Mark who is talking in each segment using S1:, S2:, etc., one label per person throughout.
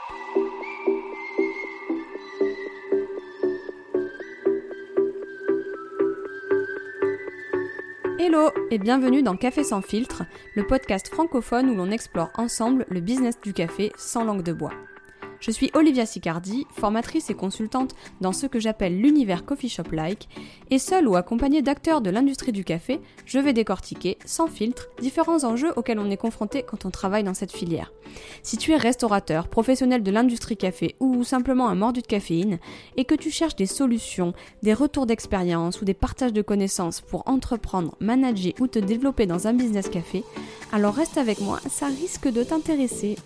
S1: Hello et bienvenue dans Café sans filtre, le podcast francophone où l'on explore ensemble le business du café sans langue de bois. Je suis Olivia Sicardi, formatrice et consultante dans ce que j'appelle l'univers coffee shop-like, et seule ou accompagnée d'acteurs de l'industrie du café, je vais décortiquer, sans filtre, différents enjeux auxquels on est confronté quand on travaille dans cette filière. Si tu es restaurateur, professionnel de l'industrie café ou simplement un mordu de caféine, et que tu cherches des solutions, des retours d'expérience ou des partages de connaissances pour entreprendre, manager ou te développer dans un business café, alors reste avec moi, ça risque de t'intéresser.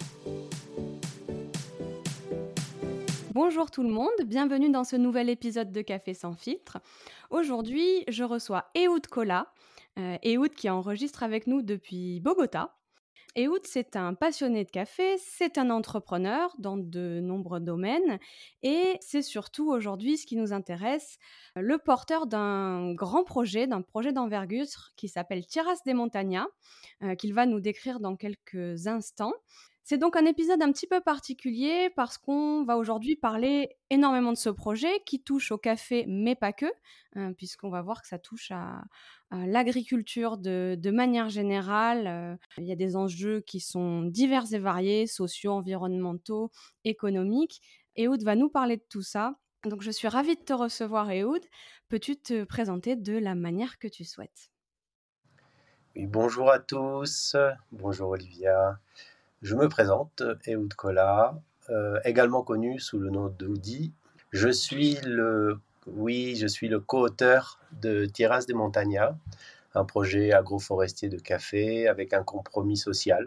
S1: Bonjour tout le monde, bienvenue dans ce nouvel épisode de Café sans filtre. Aujourd'hui, je reçois Ehud Kola, Ehud qui enregistre avec nous depuis Bogota. Ehud, c'est un passionné de café, c'est un entrepreneur dans de nombreux domaines et c'est surtout aujourd'hui ce qui nous intéresse, le porteur d'un projet d'envergure qui s'appelle Tierras de Montaña, qu'il va nous décrire dans quelques instants. C'est donc un épisode un petit peu particulier parce qu'on va aujourd'hui parler énormément de ce projet qui touche au café, mais pas que, puisqu'on va voir que ça touche à l'agriculture de manière générale. Il y a des enjeux qui sont divers et variés, sociaux, environnementaux, économiques. Ehud va nous parler de tout ça. Donc je suis ravie de te recevoir, Ehud. Peux-tu te présenter de la manière que tu souhaites ?
S2: Oui, bonjour à tous, bonjour Olivia. Je me présente, Ehud Kola, également connu sous le nom d'Oudi. Je suis le co-auteur de Tierras de Montaña, un projet agroforestier de café avec un compromis social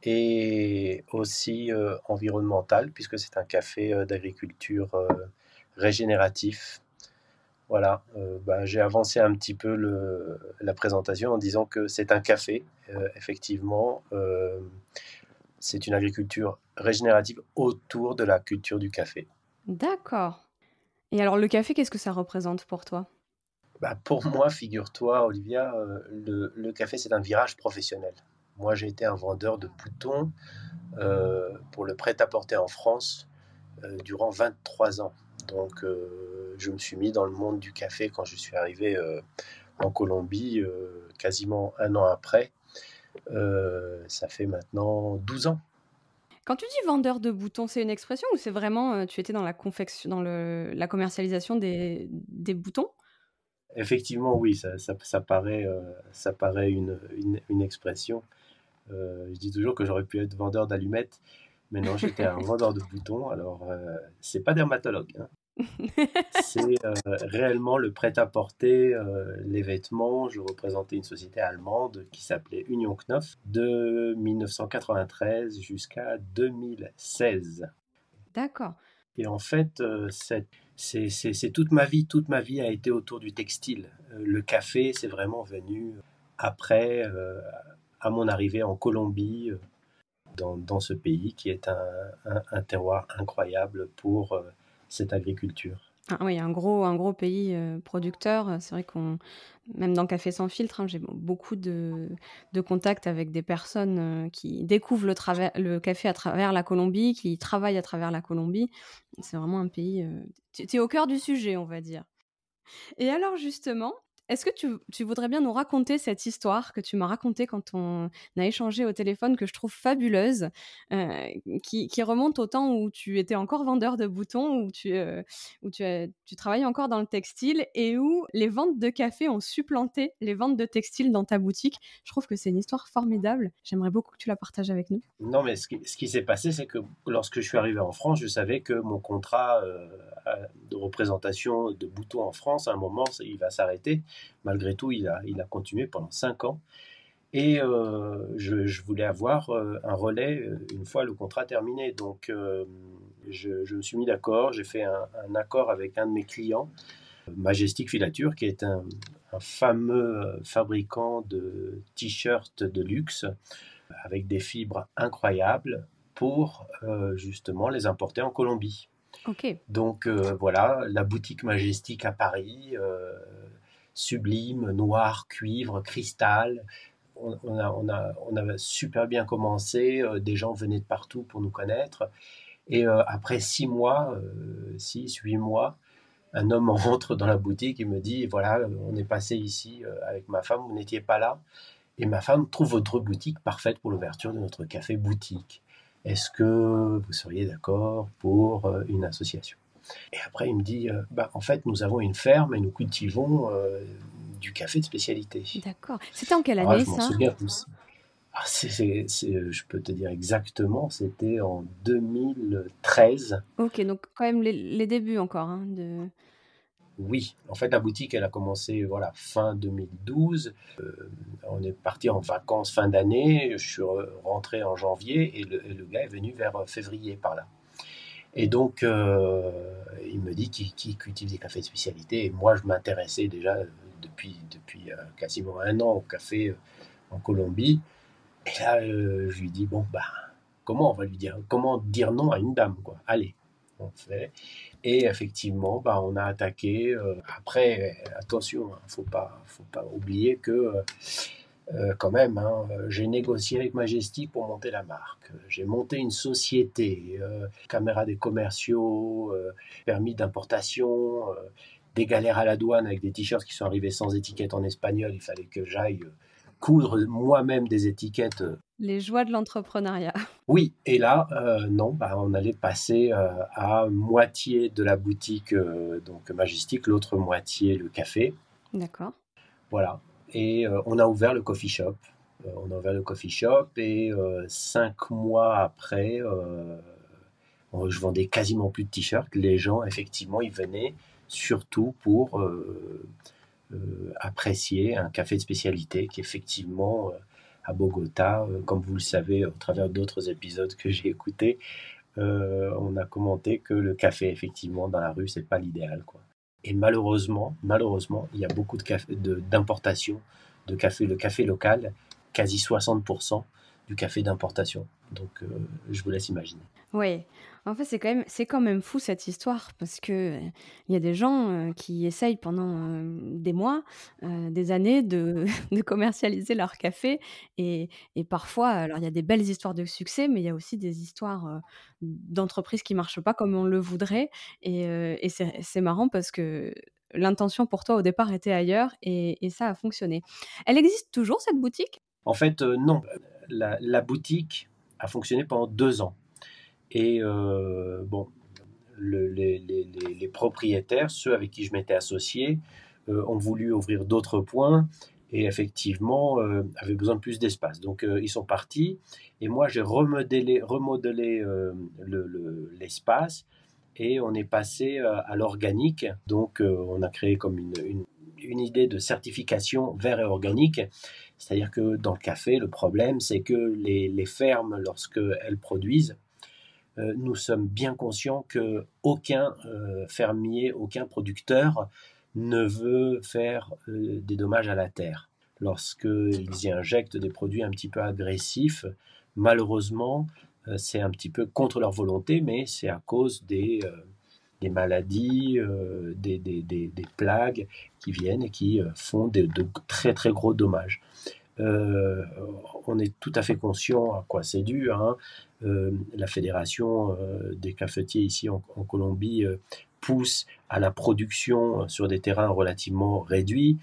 S2: et aussi environnemental, puisque c'est un café d'agriculture régénératif. Voilà, j'ai avancé un petit peu la présentation en disant que c'est un café, effectivement. C'est une agriculture régénérative autour de la culture du café.
S1: D'accord. Et alors le café, qu'est-ce que ça représente pour toi ?
S2: Pour moi, figure-toi, Olivia, le café, c'est un virage professionnel. Moi, j'ai été un vendeur de boutons pour le prêt-à-porter en France durant 23 ans. Donc, je me suis mis dans le monde du café quand je suis arrivé en Colombie, quasiment un an après. Ça fait maintenant 12 ans.
S1: Quand tu dis vendeur de boutons, c'est une expression ou c'est vraiment tu étais dans la confection, dans la commercialisation des boutons ?
S2: Effectivement, oui, ça paraît une expression. Je dis toujours que j'aurais pu être vendeur d'allumettes, mais non, j'étais un vendeur de boutons. Alors, c'est pas dermatologue, hein. C'est réellement le prêt-à-porter, les vêtements. Je représentais une société allemande qui s'appelait Union Knopf de 1993 jusqu'à 2016.
S1: D'accord.
S2: Et en fait, c'est toute ma vie. Toute ma vie a été autour du textile. Le café, c'est vraiment venu après, à mon arrivée en Colombie, dans ce pays qui est un terroir incroyable pour cette agriculture.
S1: Ah oui, un gros pays producteur. C'est vrai même dans Café sans filtre, j'ai beaucoup de contacts avec des personnes qui découvrent le café à travers la Colombie, qui travaillent à travers la Colombie. C'est vraiment un pays... tu es au cœur du sujet, on va dire. Et alors justement, est-ce que tu voudrais bien nous raconter cette histoire que tu m'as racontée quand on a échangé au téléphone, que je trouve fabuleuse, qui remonte au temps où tu étais encore vendeur de boutons, où tu travaillais encore dans le textile et où les ventes de café ont supplanté les ventes de textile dans ta boutique. Je trouve que c'est une histoire formidable. J'aimerais beaucoup que tu la partages avec nous.
S2: Non, mais ce qui s'est passé, c'est que lorsque je suis arrivé en France, je savais que mon contrat de représentation de boutons en France, à un moment, il va s'arrêter. Malgré tout, il a continué pendant 5 ans. Et je voulais avoir un relais une fois le contrat terminé. Donc, je me suis mis d'accord. J'ai fait un accord avec un de mes clients, Majestic Filature, qui est un fameux fabricant de t-shirts de luxe avec des fibres incroyables pour justement les importer en Colombie.
S1: Ok.
S2: Donc voilà, la boutique Majestic à Paris, sublime, noir, cuivre, cristal. On a super bien commencé, des gens venaient de partout pour nous connaître. Et après 6 mois, 6, 8 mois, un homme rentre dans la boutique et me dit, voilà, on est passé ici avec ma femme, vous n'étiez pas là. Et ma femme trouve votre boutique parfaite pour l'ouverture de notre café boutique. Est-ce que vous seriez d'accord pour une association? Et après, il me dit, bah, en fait, nous avons une ferme et nous cultivons du café de spécialité.
S1: D'accord. C'était en quelle
S2: Alors là,
S1: année
S2: je m'en
S1: ça?
S2: souviens plus. Ah, je peux te dire exactement, c'était en 2013.
S1: OK, donc quand même les débuts encore, hein, de
S2: Oui, en fait, la boutique, elle a commencé voilà, fin 2012. On est parti en vacances fin d'année. Je suis rentré en janvier et le gars est venu vers février par là. Et donc, il me dit qu'il cultive des cafés de spécialité. Et moi, je m'intéressais déjà depuis quasiment un an au café en Colombie. Et là, je lui dis, bon, bah, comment dire non à une dame, quoi. Allez, on fait. Et effectivement, bah, on a attaqué. Après, attention, faut pas oublier que quand même, hein, j'ai négocié avec Majestic pour monter la marque. J'ai monté une société, caméra des commerciaux, permis d'importation, des galères à la douane avec des t-shirts qui sont arrivés sans étiquette en espagnol. Il fallait que j'aille coudre moi-même des étiquettes.
S1: les joies de l'entrepreneuriat.
S2: Oui, et là, non, bah, on allait passer à moitié de la boutique donc Majestic, l'autre moitié le café.
S1: D'accord.
S2: Voilà. Et on a ouvert le coffee shop. On a ouvert le coffee shop et 5 mois après, je vendais quasiment plus de t-shirts. Les gens, effectivement, ils venaient surtout pour apprécier un café de spécialité qui, effectivement, à Bogota, comme vous le savez au travers d'autres épisodes que j'ai écoutés, on a commenté que le café, effectivement, dans la rue, c'est pas l'idéal, quoi. Et malheureusement, il y a beaucoup d'importation de café. Le café local, quasi 60% du café d'importation. Donc, je vous laisse imaginer.
S1: Ouais. En fait, c'est quand même fou cette histoire parce que, il y a des gens, qui essayent pendant, des mois, des années de de commercialiser leur café et parfois alors il y a des belles histoires de succès, mais il y a aussi des histoires, d'entreprises qui marchent pas comme on le voudrait et c'est marrant parce que l'intention pour toi au départ était ailleurs et ça a fonctionné. Elle existe toujours cette boutique?
S2: En fait, non. La boutique a fonctionné pendant 2 ans. Et bon, les propriétaires, ceux avec qui je m'étais associé, ont voulu ouvrir d'autres points et effectivement avaient besoin de plus d'espace. Donc ils sont partis et moi j'ai remodelé l'espace et on est passé à l'organique. Donc on a créé comme une idée de certification vert et organique. C'est-à-dire que dans le café, le problème, c'est que les fermes, lorsqu'elles produisent, nous sommes bien conscients qu'aucun fermier, aucun producteur ne veut faire des dommages à la terre. Lorsqu'ils y injectent des produits un petit peu agressifs, malheureusement, c'est un petit peu contre leur volonté, mais c'est à cause des maladies, des plagues qui viennent et qui font de très très gros dommages. Euh, on est tout à fait conscient à quoi c'est dû, hein. La fédération des cafetiers ici en Colombie pousse à la production sur des terrains relativement réduits.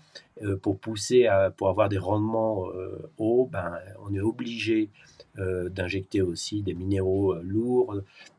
S2: Pour avoir des rendements hauts, ben, on est obligé d'injecter aussi des minéraux lourds,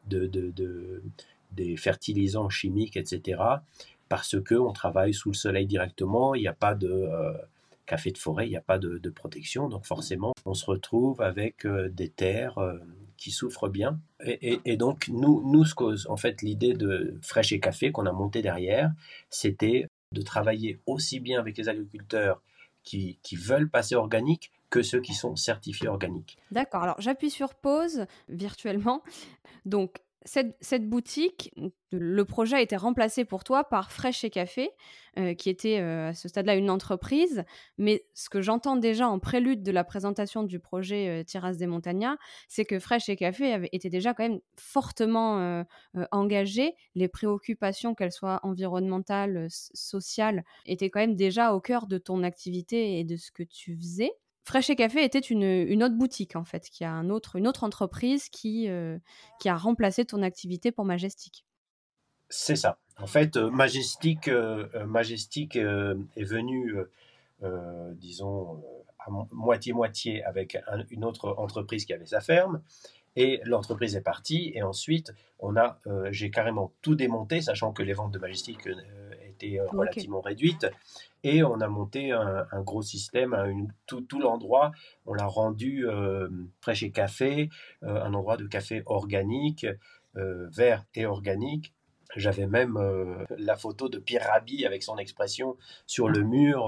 S2: des fertilisants chimiques, etc. Parce qu'on travaille sous le soleil directement, il n'y a pas de café de forêt, il n'y a pas de protection, donc forcément, on se retrouve avec des terres qui souffrent bien. Et donc, en fait, l'idée de Fraîche et Café qu'on a monté derrière, c'était de travailler aussi bien avec les agriculteurs qui veulent passer organique que ceux qui sont certifiés organiques.
S1: D'accord, alors j'appuie sur pause virtuellement. Donc cette boutique, le projet a été remplacé pour toi par Fraîche et Café, qui était, à ce stade-là une entreprise. Mais ce que j'entends déjà en prélude de la présentation du projet, Terrasse des Montagnas, c'est que Fraîche et Café avait été déjà quand même fortement, engagé. Les préoccupations, qu'elles soient environnementales, sociales, étaient quand même déjà au cœur de ton activité et de ce que tu faisais. Fresh et Café était une autre boutique, en fait, une autre entreprise qui a remplacé ton activité pour Majestic.
S2: C'est ça. En fait, Majestic est venu, disons, à moitié-moitié avec une autre entreprise qui avait sa ferme. Et l'entreprise est partie. Et ensuite, j'ai carrément tout démonté, sachant que les ventes de Majestic étaient
S1: OK.
S2: relativement réduites. Et on a monté un gros système, tout l'endroit. On l'a rendu Fresh et Café, un endroit de café organique, vert et organique. J'avais même la photo de Pierre Rabhi avec son expression sur le mur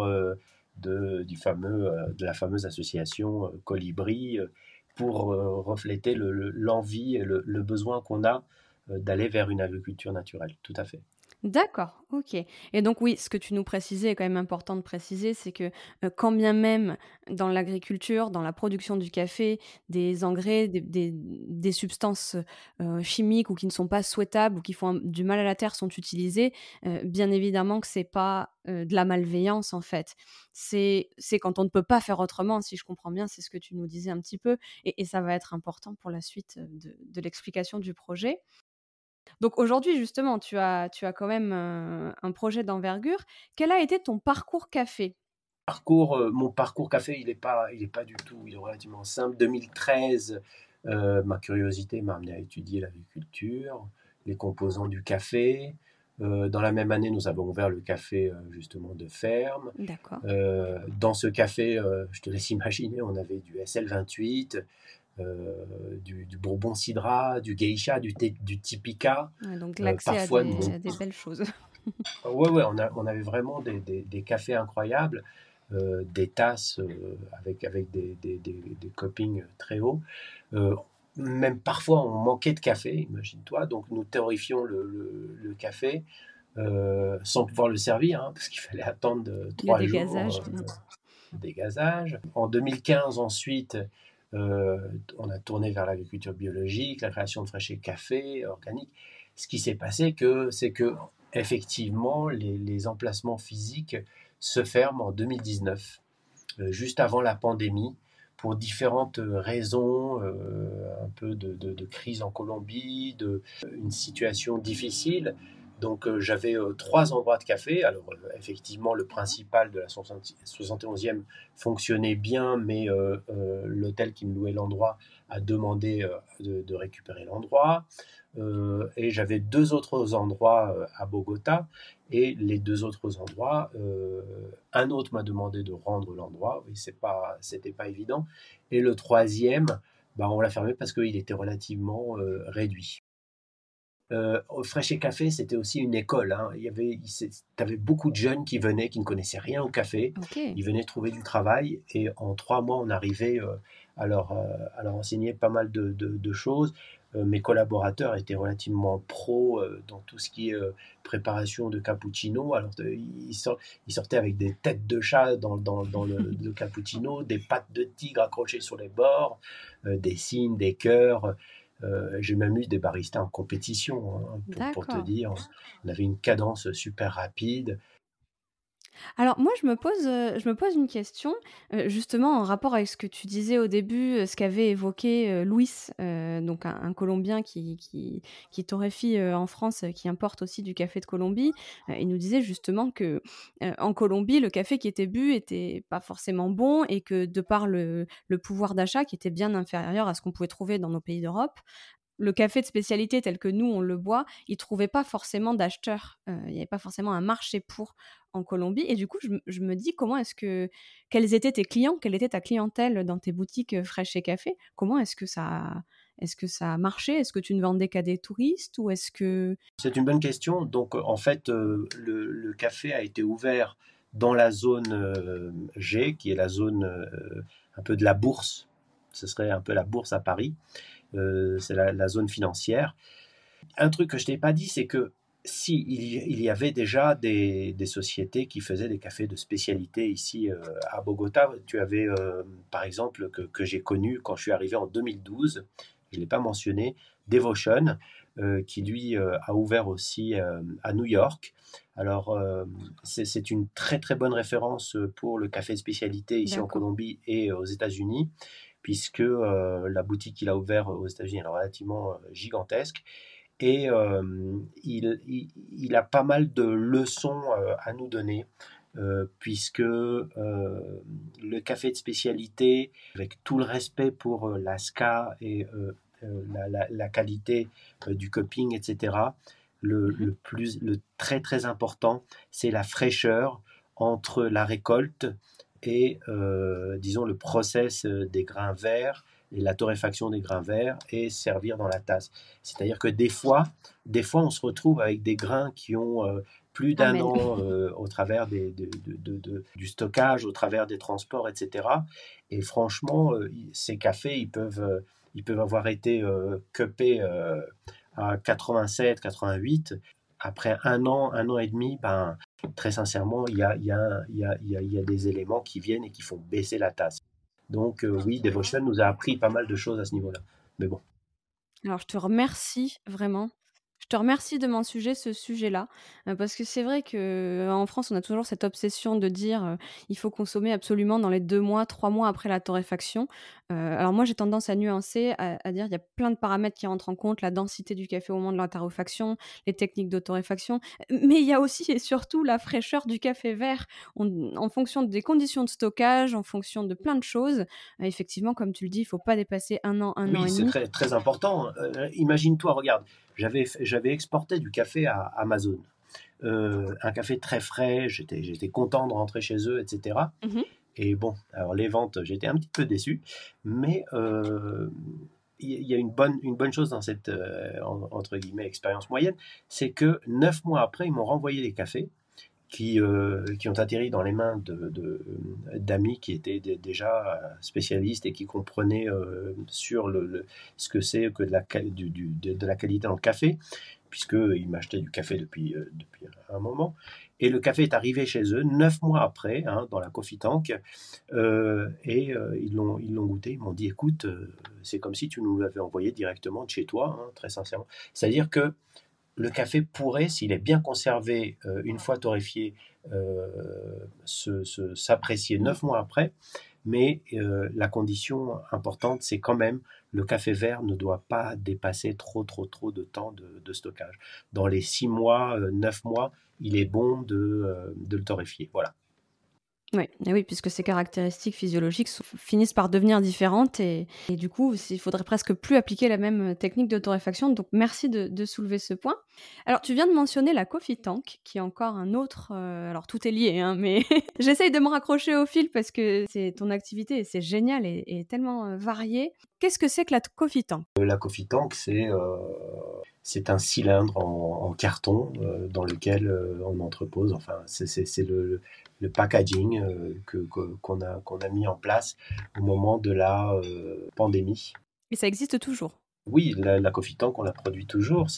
S2: de la fameuse association Colibri pour refléter l'envie et le besoin qu'on a d'aller vers une agriculture naturelle. Tout à fait.
S1: D'accord, OK. Et donc oui, ce que tu nous précisais est quand même important de préciser, c'est que, quand bien même dans l'agriculture, dans la production du café, des engrais, des substances, chimiques ou qui ne sont pas souhaitables ou qui font du mal à la terre sont utilisées, bien évidemment que c'est pas, de la malveillance en fait. C'est quand on ne peut pas faire autrement, si je comprends bien, c'est ce que tu nous disais un petit peu et ça va être important pour la suite, de l'explication du projet. Donc aujourd'hui, justement, tu as quand même, un projet d'envergure. Quel a été ton parcours café?
S2: Mon parcours café, il est pas du tout, il est relativement simple. 2013, ma curiosité m'a amené à étudier l'agriculture, les composants du café. Dans la même année, nous avons ouvert le café justement de ferme.
S1: D'accord.
S2: Dans ce café, je te laisse imaginer, on avait du SL28, du Bourbon Cidra, du Geisha, du Typica,
S1: Ouais, donc l'accès
S2: parfois.
S1: à des belles choses.
S2: Ouais, ouais, on avait vraiment des cafés incroyables, des tasses avec des cuppings très hauts. Euh, Même parfois, on manquait de café, imagine-toi. Donc, nous théorifions le café sans pouvoir le servir, hein, parce qu'il fallait attendre
S1: Le
S2: 3 jours
S1: dégazage. Mmh.
S2: de dégazage. En 2015, ensuite, euh, on a tourné vers l'agriculture biologique, la création de Fresh et Café, organique. Ce qui s'est passé, c'est que effectivement, les emplacements physiques se ferment en 2019, juste avant la pandémie, pour différentes raisons, un peu de crise en Colombie, une situation difficile. Donc j'avais 3 endroits de café. Alors effectivement, le principal de la 71e fonctionnait bien, mais l'hôtel qui me louait l'endroit a demandé de récupérer l'endroit. Et j'avais 2 autres endroits à Bogota. Et les 2 autres endroits, un autre m'a demandé de rendre l'endroit. Oui, c'était pas évident. Et le troisième, bah, on l'a fermé parce qu'il était relativement réduit. Au Fresh et Café, c'était aussi une école, hein. T'avais beaucoup de jeunes qui venaient, qui ne connaissaient rien au café.
S1: OK.
S2: Ils venaient trouver du travail et en 3 mois, on arrivait à leur enseigner pas mal de choses. Mes collaborateurs étaient relativement pros dans tout ce qui est préparation de cappuccino. Alors, ils sortaient avec des têtes de chat dans le cappuccino, des pattes de tigre accrochées sur les bords, des cygnes, des cœurs. J'ai même eu des baristas en compétition, hein, pour te
S1: D'accord.
S2: dire. On avait une cadence super rapide.
S1: Alors moi, je me pose une question, justement en rapport avec ce que tu disais au début, ce qu'avait évoqué, Luis, donc un Colombien qui torréfie, en France, qui importe aussi du café de Colombie. Il nous disait justement que, en Colombie, le café qui était bu était pas forcément bon et que de par le pouvoir d'achat qui était bien inférieur à ce qu'on pouvait trouver dans nos pays d'Europe, le café de spécialité tel que nous on le boit, ils trouvaient pas forcément d'acheteurs. Il y avait pas forcément un marché pour en Colombie et du coup je me dis quels étaient tes clients? Quelle était ta clientèle dans tes boutiques, Fresh et Café? Comment est-ce que ça a marché? Est-ce que tu ne vendais qu'à des touristes ou est-ce que
S2: C'est une bonne question. Donc, en fait, le café a été ouvert dans la zone G, qui est la zone un peu de la bourse. Ce serait un peu la bourse à Paris. C'est la zone financière. Un truc que je t'ai pas dit, c'est que si il y avait déjà des sociétés qui faisaient des cafés de spécialité ici à Bogota. Tu avais, par exemple, que j'ai connu quand je suis arrivé en 2012, je ne l'ai pas mentionné, Devotion, qui lui a ouvert aussi à New York. Alors, c'est une très très bonne référence pour le café de spécialité ici en
S1: D'accord.
S2: Colombie et aux États-Unis, puisque la boutique qu'il a ouverte aux États-Unis est relativement gigantesque. Et il a pas mal de leçons à nous donner, puisque le café de spécialité, avec tout le respect pour la SCA et la qualité du cupping, etc.,
S1: Mhm.
S2: le très très important, c'est la fraîcheur entre la récolte et, disons, le process des grains verts et la torréfaction des grains verts et servir dans la tasse. C'est-à-dire que des fois, on se retrouve avec des grains qui ont plus d'un
S1: Amen.
S2: an au travers du stockage, au travers des transports, etc. Et franchement, ces cafés, ils peuvent avoir été cuppés à 87, 88. Après un an et demi, ben, très sincèrement, il y a des éléments qui viennent et qui font baisser la tasse. Donc oui, Devotion nous a appris pas mal de choses à ce niveau-là. Mais bon.
S1: Alors, je te remercie vraiment. Je te remercie de ce sujet-là, parce que c'est vrai qu'en France, on a toujours cette obsession de dire, il faut consommer absolument dans les 2 mois, 3 mois après la torréfaction. Alors moi, j'ai tendance à nuancer, à dire il y a plein de paramètres qui rentrent en compte, la densité du café au moment de la torréfaction, les techniques de torréfaction, mais il y a aussi et surtout la fraîcheur du café vert. En fonction des conditions de stockage, en fonction de plein de choses, effectivement, comme tu le dis, il faut pas dépasser un an
S2: Oui,
S1: et
S2: c'est
S1: demi.
S2: très, très important. Imagine-toi, regarde, j'avais exporté du café à Amazon. Un café très frais, j'étais content de rentrer chez eux, etc.
S1: Mmh.
S2: Et bon, alors les ventes, j'étais un petit peu déçu, mais il y a une bonne chose dans cette, entre guillemets, expérience moyenne, c'est que 9 mois après, ils m'ont renvoyé des cafés qui ont atterri dans les mains d'amis qui étaient déjà spécialistes et qui comprenaient sur ce que c'est que de la qualité dans le café, puisqu'ils m'achetaient du café depuis un moment. Et le café est arrivé chez eux 9 mois après, hein, dans la Coffee Tank, et ils l'ont goûté. Ils m'ont dit, écoute, c'est comme si tu nous l'avais envoyé directement de chez toi, hein, très sincèrement. C'est-à-dire que le café pourrait, s'il est bien conservé, une fois torréfié, s'apprécier
S1: Mmh.
S2: 9 mois après. Mais la condition importante, c'est quand même le café vert ne doit pas dépasser trop, trop, trop de temps de stockage. Dans les 6 mois, 9 mois, il est bon de le torréfier. Voilà.
S1: Ouais, et oui, puisque ces caractéristiques physiologiques finissent par devenir différentes et du coup, il faudrait presque plus appliquer la même technique de torréfaction. Donc, merci de soulever ce point. Alors, tu viens de mentionner la Coffee Tank, qui est encore un autre. Alors, tout est lié, hein, mais j'essaye de me raccrocher au fil parce que c'est ton activité et c'est génial et tellement varié. Qu'est-ce que c'est que la Coffee Tank?
S2: La Coffee Tank, c'est un cylindre en carton dans lequel on entrepose. Enfin, c'est le packaging qu'on a mis en place au moment de la pandémie.
S1: Et ça existe toujours.
S2: Oui, la Coffee Tank, on la produit toujours.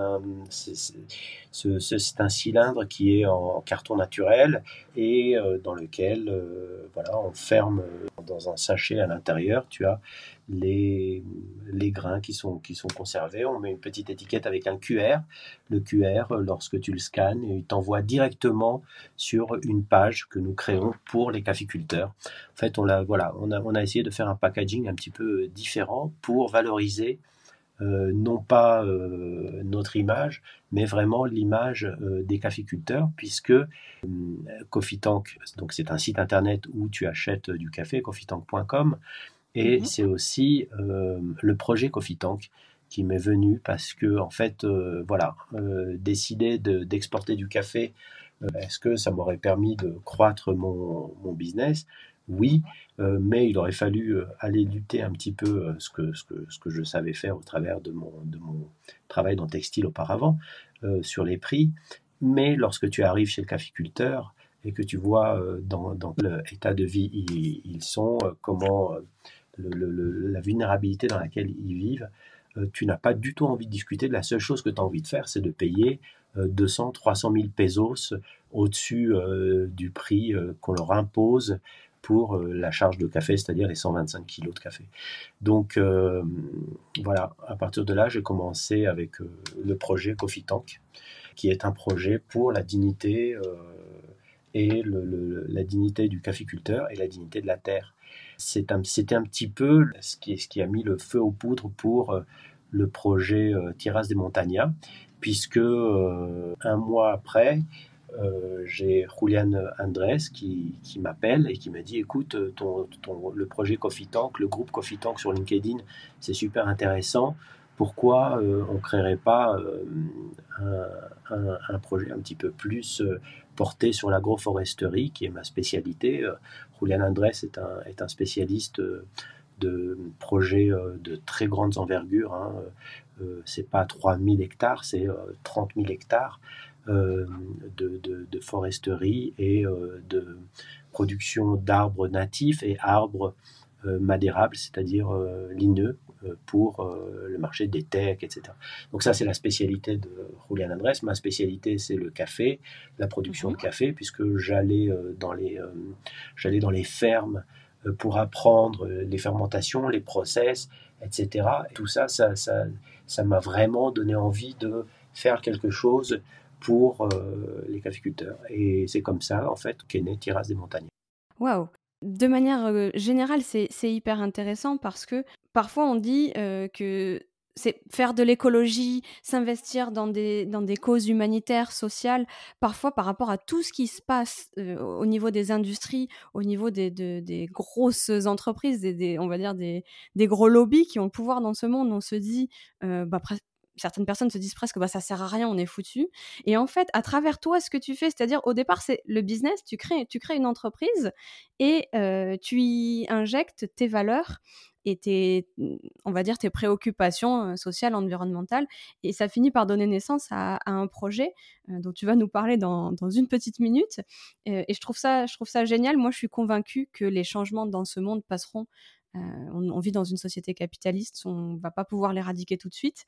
S2: C'est un cylindre qui est en carton naturel et dans lequel voilà, on ferme dans un sachet à l'intérieur. Tu as les grains qui sont conservés. On met une petite étiquette avec un QR. Le QR, lorsque tu le scannes, il t'envoie directement sur une page que nous créons pour les caféiculteurs. En fait, voilà, on a essayé de faire un packaging un petit peu différent pour valoriser non pas notre image, mais vraiment l'image des caféiculteurs, puisque Coffee Tank, donc c'est un site internet où tu achètes du café, coffeetank.com, et
S1: Mhm.
S2: c'est aussi le projet Coffee Tank qui m'est venu parce que en fait, voilà, décider d'exporter du café, est-ce que ça m'aurait permis de croître mon business? Oui, mais il aurait fallu aller lutter un petit peu ce que je savais faire au travers de mon travail dans le textile auparavant, sur les prix. Mais lorsque tu arrives chez le caficulteur et que tu vois dans quel état de vie ils sont, comment la vulnérabilité dans laquelle ils vivent, tu n'as pas du tout envie de discuter. La seule chose que tu as envie de faire, c'est de payer 200, 300 000 pesos au-dessus du prix qu'on leur impose pour la charge de café, c'est-à-dire les 125 kilos de café. Donc voilà, à partir de là, j'ai commencé avec le projet Coffee Tank, qui est un projet pour la dignité et la dignité du caféculteur et la dignité de la terre. C'était un petit peu ce qui a mis le feu aux poudres pour le projet Tierras de Montaña, puisque un mois après, j'ai Julian Andrés qui m'appelle et qui m'a dit écoute, le projet Coffee Tank, le groupe Coffee Tank sur LinkedIn, c'est super intéressant. Pourquoi on ne créerait pas un projet un petit peu plus porté sur l'agroforesterie, qui est ma spécialité. Julian Andrés est un spécialiste de projets de très grandes envergures. Hein. C'est pas 3000 hectares, c'est 30 000 hectares de foresterie et de production d'arbres natifs et arbres madérables, c'est-à-dire ligneux, pour le marché des tecs, etc. Donc ça, c'est la spécialité de Julian Andrés. Ma spécialité, c'est le café, la production de café, puisque j'allais dans les fermes pour apprendre les fermentations, les process, etc. Et tout ça, ça m'a vraiment donné envie de faire quelque chose pour les caféculteurs. Et c'est comme ça, en fait, qu'est né Tierras de Montaña.
S1: Waouh! De manière générale, c'est hyper intéressant parce que parfois on dit que c'est faire de l'écologie, s'investir dans des causes humanitaires, sociales, parfois par rapport à tout ce qui se passe au niveau des industries, au niveau des grosses entreprises, on va dire des gros lobbies qui ont le pouvoir dans ce monde. On se dit, certaines personnes se disent presque ça sert à rien, on est foutu. Et en fait, à travers toi, ce que tu fais, c'est-à-dire au départ, c'est le business, tu crées une entreprise et tu y injectes tes valeurs et on va dire tes préoccupations sociales, environnementales, et ça finit par donner naissance à un projet dont tu vas nous parler dans une petite minute. Et je trouve ça génial. Moi, je suis convaincue que les changements dans ce monde passeront. On vit dans une société capitaliste, on ne va pas pouvoir l'éradiquer tout de suite.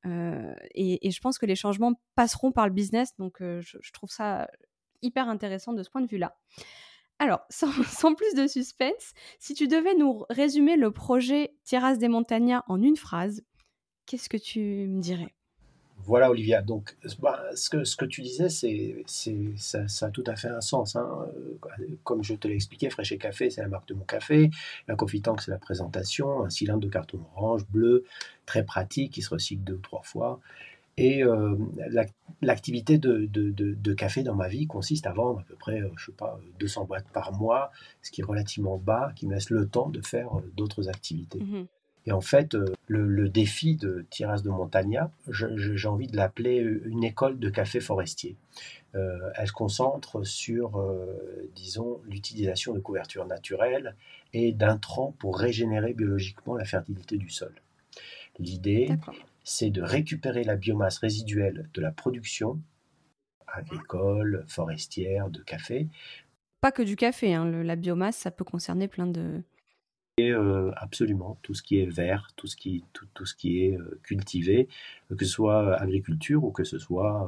S1: Et je pense que les changements passeront par le business, donc je trouve ça hyper intéressant de ce point de vue-là. Alors, sans plus de suspense, si tu devais nous résumer le projet Tierras de Montaña en une phrase, qu'est-ce que tu me dirais?
S2: Voilà, Olivia. Donc, ce que tu disais, ça a tout à fait un sens. Hein. Comme je te l'ai expliqué, Fresh et Café, c'est la marque de mon café. La Coffee Tank, c'est la présentation. Un cylindre de carton orange, bleu, très pratique, qui se recycle 2 ou 3 fois. Et l'activité de café dans ma vie consiste à vendre à peu près, je sais pas, 200 boîtes par mois, ce qui est relativement bas, qui me laisse le temps de faire d'autres activités.
S1: Mmh.
S2: Et en fait, le défi de Tierras de Montaña, j'ai envie de l'appeler une école de café forestier. Elle se concentre sur, disons, l'utilisation de couvertures naturelles et d'intrants pour régénérer biologiquement la fertilité du sol. L'idée,
S1: D'accord.
S2: c'est de récupérer la biomasse résiduelle de la production agricole, forestière, de café,
S1: Pas que du café, hein, la biomasse, ça peut concerner plein de...
S2: et absolument tout ce qui est vert, tout ce qui est cultivé, que ce soit agriculture ou que ce soit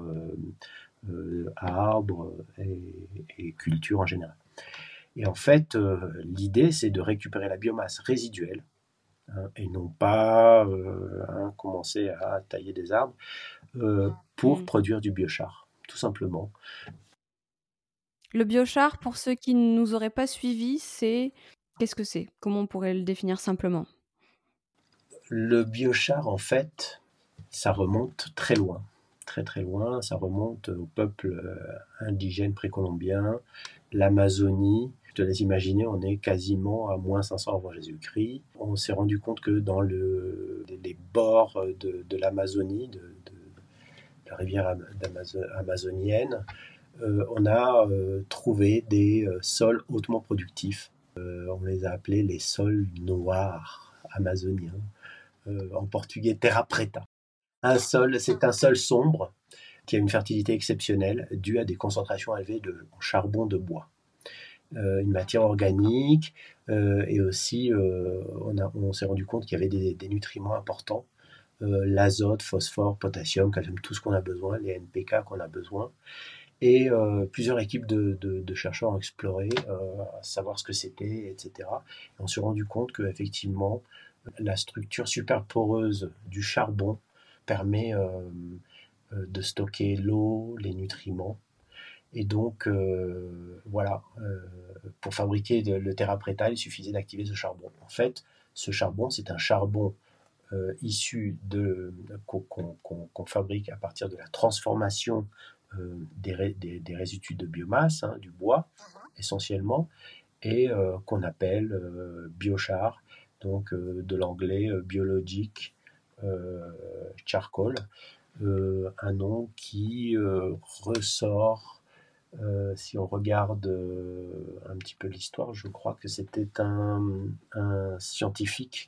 S2: arbres et culture en général. Et en fait, l'idée, c'est de récupérer la biomasse résiduelle, hein, et non pas commencer à tailler des arbres pour produire du biochar, tout simplement.
S1: Le biochar, pour ceux qui ne nous auraient pas suivis, qu'est-ce que c'est? Comment on pourrait le définir simplement?
S2: Le biochar, en fait, ça remonte très loin, très très loin. Ça remonte au peuple indigène précolombien, l'Amazonie. Je te laisse imaginer, on est quasiment à moins 500 avant Jésus-Christ. On s'est rendu compte que dans les bords de l'Amazonie, de la rivière amazonienne, on a trouvé des sols hautement productifs. On les a appelés les sols noirs amazoniens. En portugais, terra preta. C'est un sol sombre qui a une fertilité exceptionnelle due à des concentrations élevées de charbon de bois. Une matière organique, et aussi on s'est rendu compte qu'il y avait des nutriments importants, l'azote, phosphore, potassium, calcium, tout ce qu'on a besoin, les NPK qu'on a besoin. Et plusieurs équipes de chercheurs ont exploré, savoir ce que c'était, etc. Et on s'est rendu compte qu'effectivement, la structure superporeuse du charbon permet de stocker l'eau, les nutriments. Et donc, voilà, pour fabriquer le terra preta, il suffisait d'activer ce charbon. En fait, ce charbon, c'est un charbon issu qu'on fabrique à partir de la transformation des résidus de biomasse, hein, du bois essentiellement, et qu'on appelle biochar, donc de l'anglais biologique charcoal, un nom qui ressort, si on regarde un petit peu l'histoire, je crois que c'était un scientifique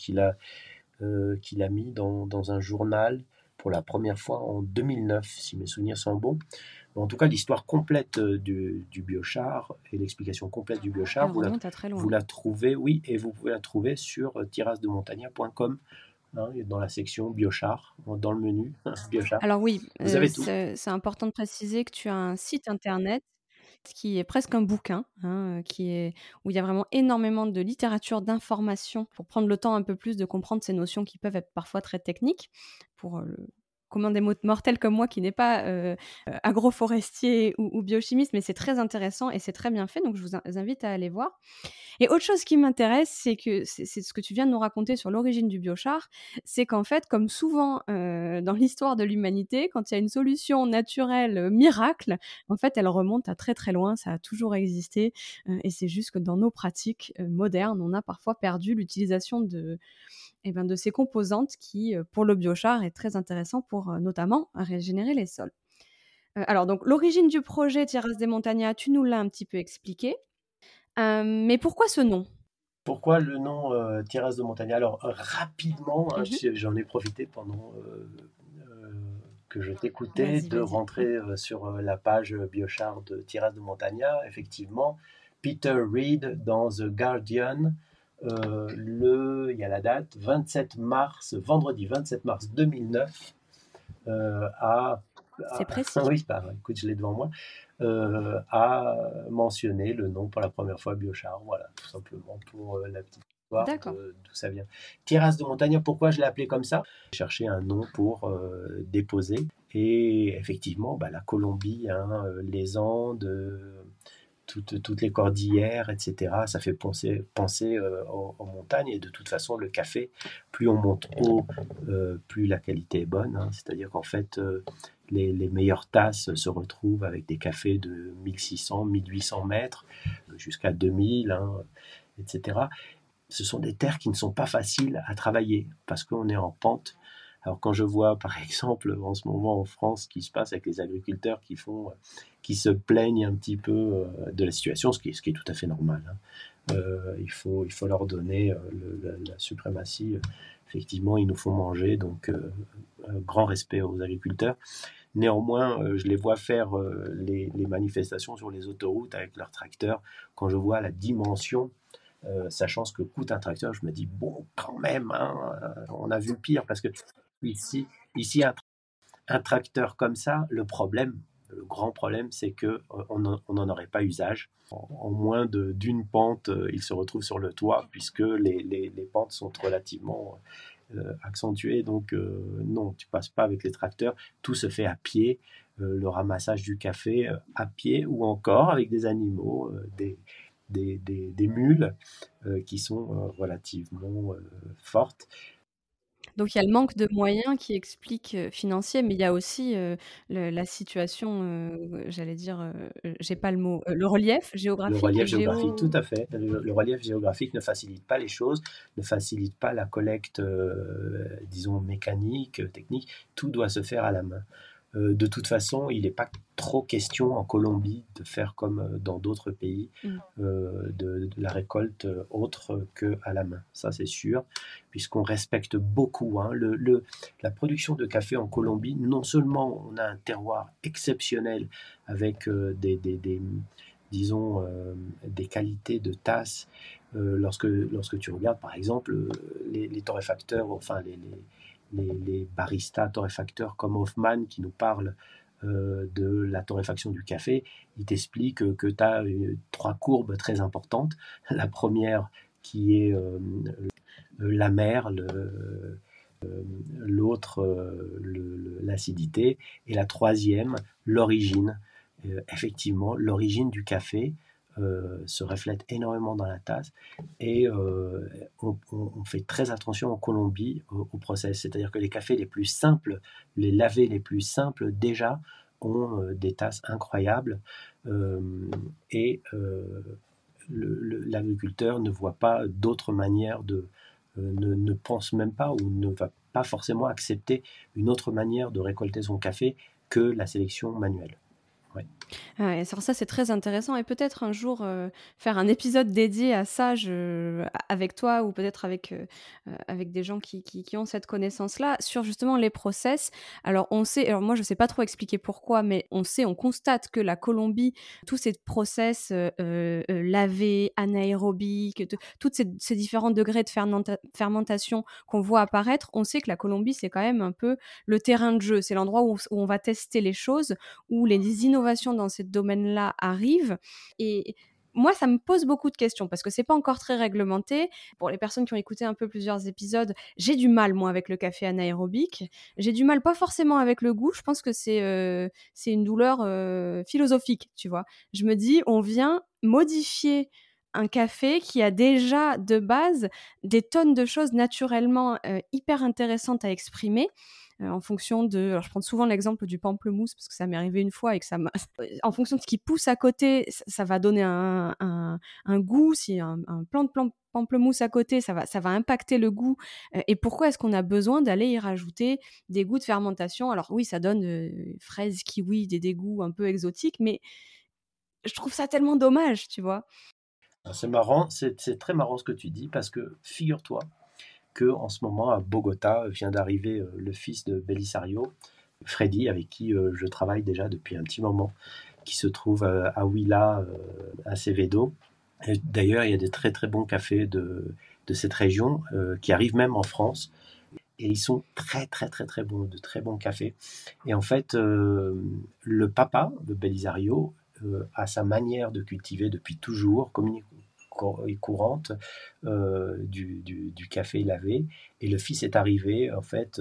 S2: qu'il a mis dans un journal pour la première fois en 2009, si mes souvenirs sont bons. En tout cas, l'histoire complète du biochar et l'explication complète du biochar,
S1: Elle remonte à très
S2: vous
S1: loin.
S2: la trouvez, oui, et vous pouvez la trouver sur terrasdemontagna.com, hein, dans la section biochar, dans le menu biochar.
S1: Alors oui,
S2: Vous avez tout.
S1: c'est important de préciser que tu as un site internet qui est presque un bouquin, hein, où il y a vraiment énormément de littérature, d'informations pour prendre le temps un peu plus de comprendre ces notions qui peuvent être parfois très techniques pour, le commun des mortels comme moi qui n'est pas, agroforestier ou biochimiste, mais c'est très intéressant et c'est très bien fait, donc je vous invite à aller voir. Et autre chose qui m'intéresse, c'est que c'est ce que tu viens de nous raconter sur l'origine du biochar, c'est qu'en fait, comme souvent dans l'histoire de l'humanité, quand il y a une solution naturelle miracle, en fait, elle remonte à très très loin, ça a toujours existé, et c'est juste que dans nos pratiques modernes, on a parfois perdu l'utilisation de ces composantes qui, pour le biochar, est très intéressant pour notamment régénérer les sols. Alors donc l'origine du projet Terrasse des Montagnas, tu nous l'as un petit peu expliqué. Mais pourquoi ce nom?
S2: Pourquoi le nom Terrasse de Montagne? Alors, rapidement, hein,
S1: Mmh.
S2: j'en ai profité pendant que je t'écoutais
S1: Vas-y,
S2: de
S1: vas-y.
S2: rentrer sur la page biochar de Terrasse de Montagna. Effectivement, Peter Reed dans The Guardian, il y a la date, 27 mars, vendredi 27 mars 2009, a,
S1: C'est précis.
S2: oui, bah, écoute, je l'ai devant moi, a mentionné le nom pour la première fois biochar. Voilà, tout simplement pour la petite histoire
S1: D'accord.
S2: d'où ça vient. Terrasse de Montagne, pourquoi je l'ai appelé comme ça? J'ai cherché un nom pour déposer. Et effectivement, bah, la Colombie, hein, les Andes, toutes les cordillères, etc. Ça fait penser aux montagnes. Et de toute façon, le café, plus on monte haut, plus la qualité est bonne, hein. C'est-à-dire qu'en fait, les meilleures tasses se retrouvent avec des cafés de 1600, 1800 mètres, jusqu'à 2000, hein, etc. Ce sont des terres qui ne sont pas faciles à travailler parce qu'on est en pente. Alors quand je vois par exemple en ce moment en France ce qui se passe avec les agriculteurs qui se plaignent un petit peu de la situation, ce qui est tout à fait normal, hein. Il faut leur donner la suprématie. Effectivement, il nous faut manger, donc un grand respect aux agriculteurs. Néanmoins, je les vois faire les manifestations sur les autoroutes avec leurs tracteurs. Quand je vois la dimension, sachant ce que coûte un tracteur, je me dis, bon, quand même, hein, on a vu pire, parce que ici un tracteur comme ça, le grand problème, c'est que on n'en aurait pas usage. En moins d'une pente, il se retrouve sur le toit, puisque les pentes sont relativement accentuées. Donc, non, tu passes pas avec les tracteurs. Tout se fait à pied. Le ramassage du café à pied, ou encore avec des animaux, des mules qui sont relativement fortes.
S1: Donc il y a le manque de moyens qui explique, financier, mais il y a aussi, la situation, j'allais dire, j'ai pas le mot, le relief
S2: Le
S1: géographique,
S2: relief géographique, tout à fait. Le relief géographique ne facilite pas les choses, ne facilite pas la collecte, disons, mécanique, technique. Tout doit se faire à la main. De toute façon, il n'est pas trop question en Colombie de faire comme dans d'autres pays,
S1: Mmh.
S2: de la récolte autre qu'à la main. Ça, c'est sûr, puisqu'on respecte beaucoup, hein, la production de café en Colombie. Non seulement on a un terroir exceptionnel avec disons, des qualités de tasse. Lorsque tu regardes, par exemple, les torréfacteurs, enfin les baristas torréfacteurs comme Hoffman qui nous parlent de la torréfaction du café. Il t'explique que tu as 3 courbes très importantes. La première qui est l'amer, l'autre l'acidité, et la troisième l'origine. Effectivement, l'origine du café se reflète énormément dans la tasse, et on fait très attention en Colombie au process, c'est-à-dire que les cafés les plus simples, les lavés les plus simples déjà ont des tasses incroyables, euh, et l'agriculteur ne voit pas d'autre manière ne pense même pas ou ne va pas forcément accepter une autre manière de récolter son café que la sélection manuelle. Ouais.
S1: Ouais, alors ça, c'est très intéressant et peut-être un jour, faire un épisode dédié à ça, avec toi ou peut-être avec des gens qui ont cette connaissance-là, sur justement les process. Alors on sait, alors moi je sais pas trop expliquer pourquoi, mais on constate que la Colombie, tous ces process, lavés, anaérobiques, toutes ces différents degrés de fermentation qu'on voit apparaître, on sait que la Colombie, c'est quand même un peu le terrain de jeu. C'est l'endroit où on va tester les choses, où les innovations dans ces domaines-là arrivent. Et moi, ça me pose beaucoup de questions parce que c'est pas encore très réglementé. Pour les personnes qui ont écouté un peu plusieurs épisodes, j'ai du mal, moi, avec le café anaérobique. J'ai du mal, pas forcément avec le goût. Je pense que c'est une douleur philosophique, tu vois. Je me dis, on vient modifier un café qui a déjà de base des tonnes de choses naturellement hyper intéressantes à exprimer en fonction de... Alors, je prends souvent l'exemple du pamplemousse parce que ça m'est arrivé une fois et que ça m'a... En fonction de ce qui pousse à côté, ça va donner un goût. Si un plant de pamplemousse à côté, ça va impacter le goût. Et pourquoi est-ce qu'on a besoin d'aller y rajouter des goûts de fermentation? Alors oui, ça donne fraises, kiwi, des goûts un peu exotiques, mais je trouve ça tellement dommage, tu vois.
S2: C'est marrant, c'est très marrant ce que tu dis, parce que figure-toi que en ce moment à Bogota vient d'arriver le fils de Belisario, Freddy, avec qui je travaille déjà depuis un petit moment, qui se trouve à Huila, à Sevedo. Et d'ailleurs, il y a des très très bons cafés de cette région qui arrivent même en France. Et ils sont très très très très bons, de très bons cafés. Et en fait, le papa de Belisario a sa manière de cultiver depuis toujours, courante, du café lavé. Et le fils est arrivé en fait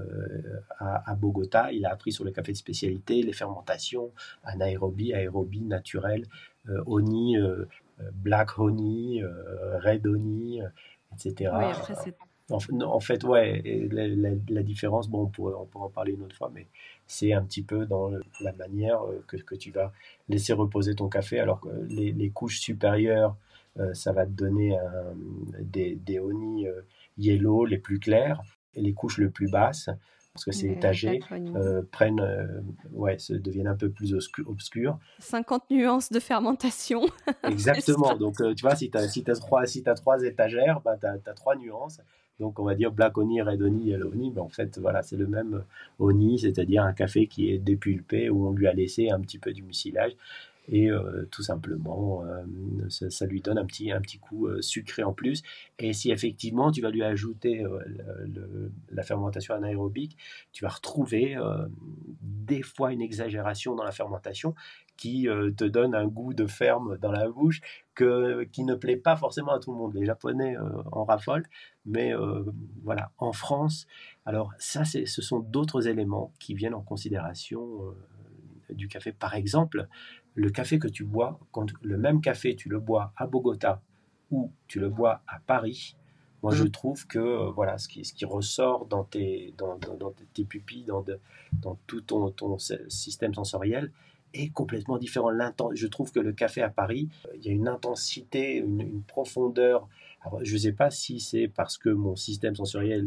S2: à Bogota. Il a appris sur le café de spécialité, les fermentations, anaérobie, aérobie, naturelle, honey, black honey, red honey,
S1: Oui,
S2: etc.
S1: après, c'est...
S2: En fait, ouais, et la différence, bon, on pourra en parler une autre fois, mais c'est un petit peu dans la manière que tu vas laisser reposer ton café, alors que les couches supérieures, ça va te donner des honey yellow les plus clairs, et les couches les plus basses, parce que c'est étagé,
S1: Black honey.
S2: prennent, ouais, deviennent un peu plus obscurs.
S1: 50 nuances de fermentation, c'est
S2: Exactement.
S1: ça.
S2: Donc, tu vois, si t'as trois étagères, bah, tu as 3 nuances. Donc, on va dire Black Honey, Red Honey, Yellow Honey. Mais en fait, voilà, c'est le même honey, c'est-à-dire un café qui est dépulpé, où on lui a laissé un petit peu du mucilage. Et tout simplement, ça lui donne un petit coup sucré en plus. Et si effectivement tu vas lui ajouter la fermentation anaérobique, tu vas retrouver des fois une exagération dans la fermentation qui te donne un goût de ferme dans la bouche qui ne plaît pas forcément à tout le monde. Les Japonais en raffolent, mais voilà, en France, alors ça, ce sont d'autres éléments qui viennent en considération du café. Par exemple, le café que tu bois, quand le même café, tu le bois à Bogota ou tu le bois à Paris, moi je trouve que voilà, ce qui ressort dans tes pupilles, dans tout ton système sensoriel, est complètement différent. Je trouve que le café à Paris, il y a une intensité, une profondeur. Alors, je ne sais pas si c'est parce que mon système sensoriel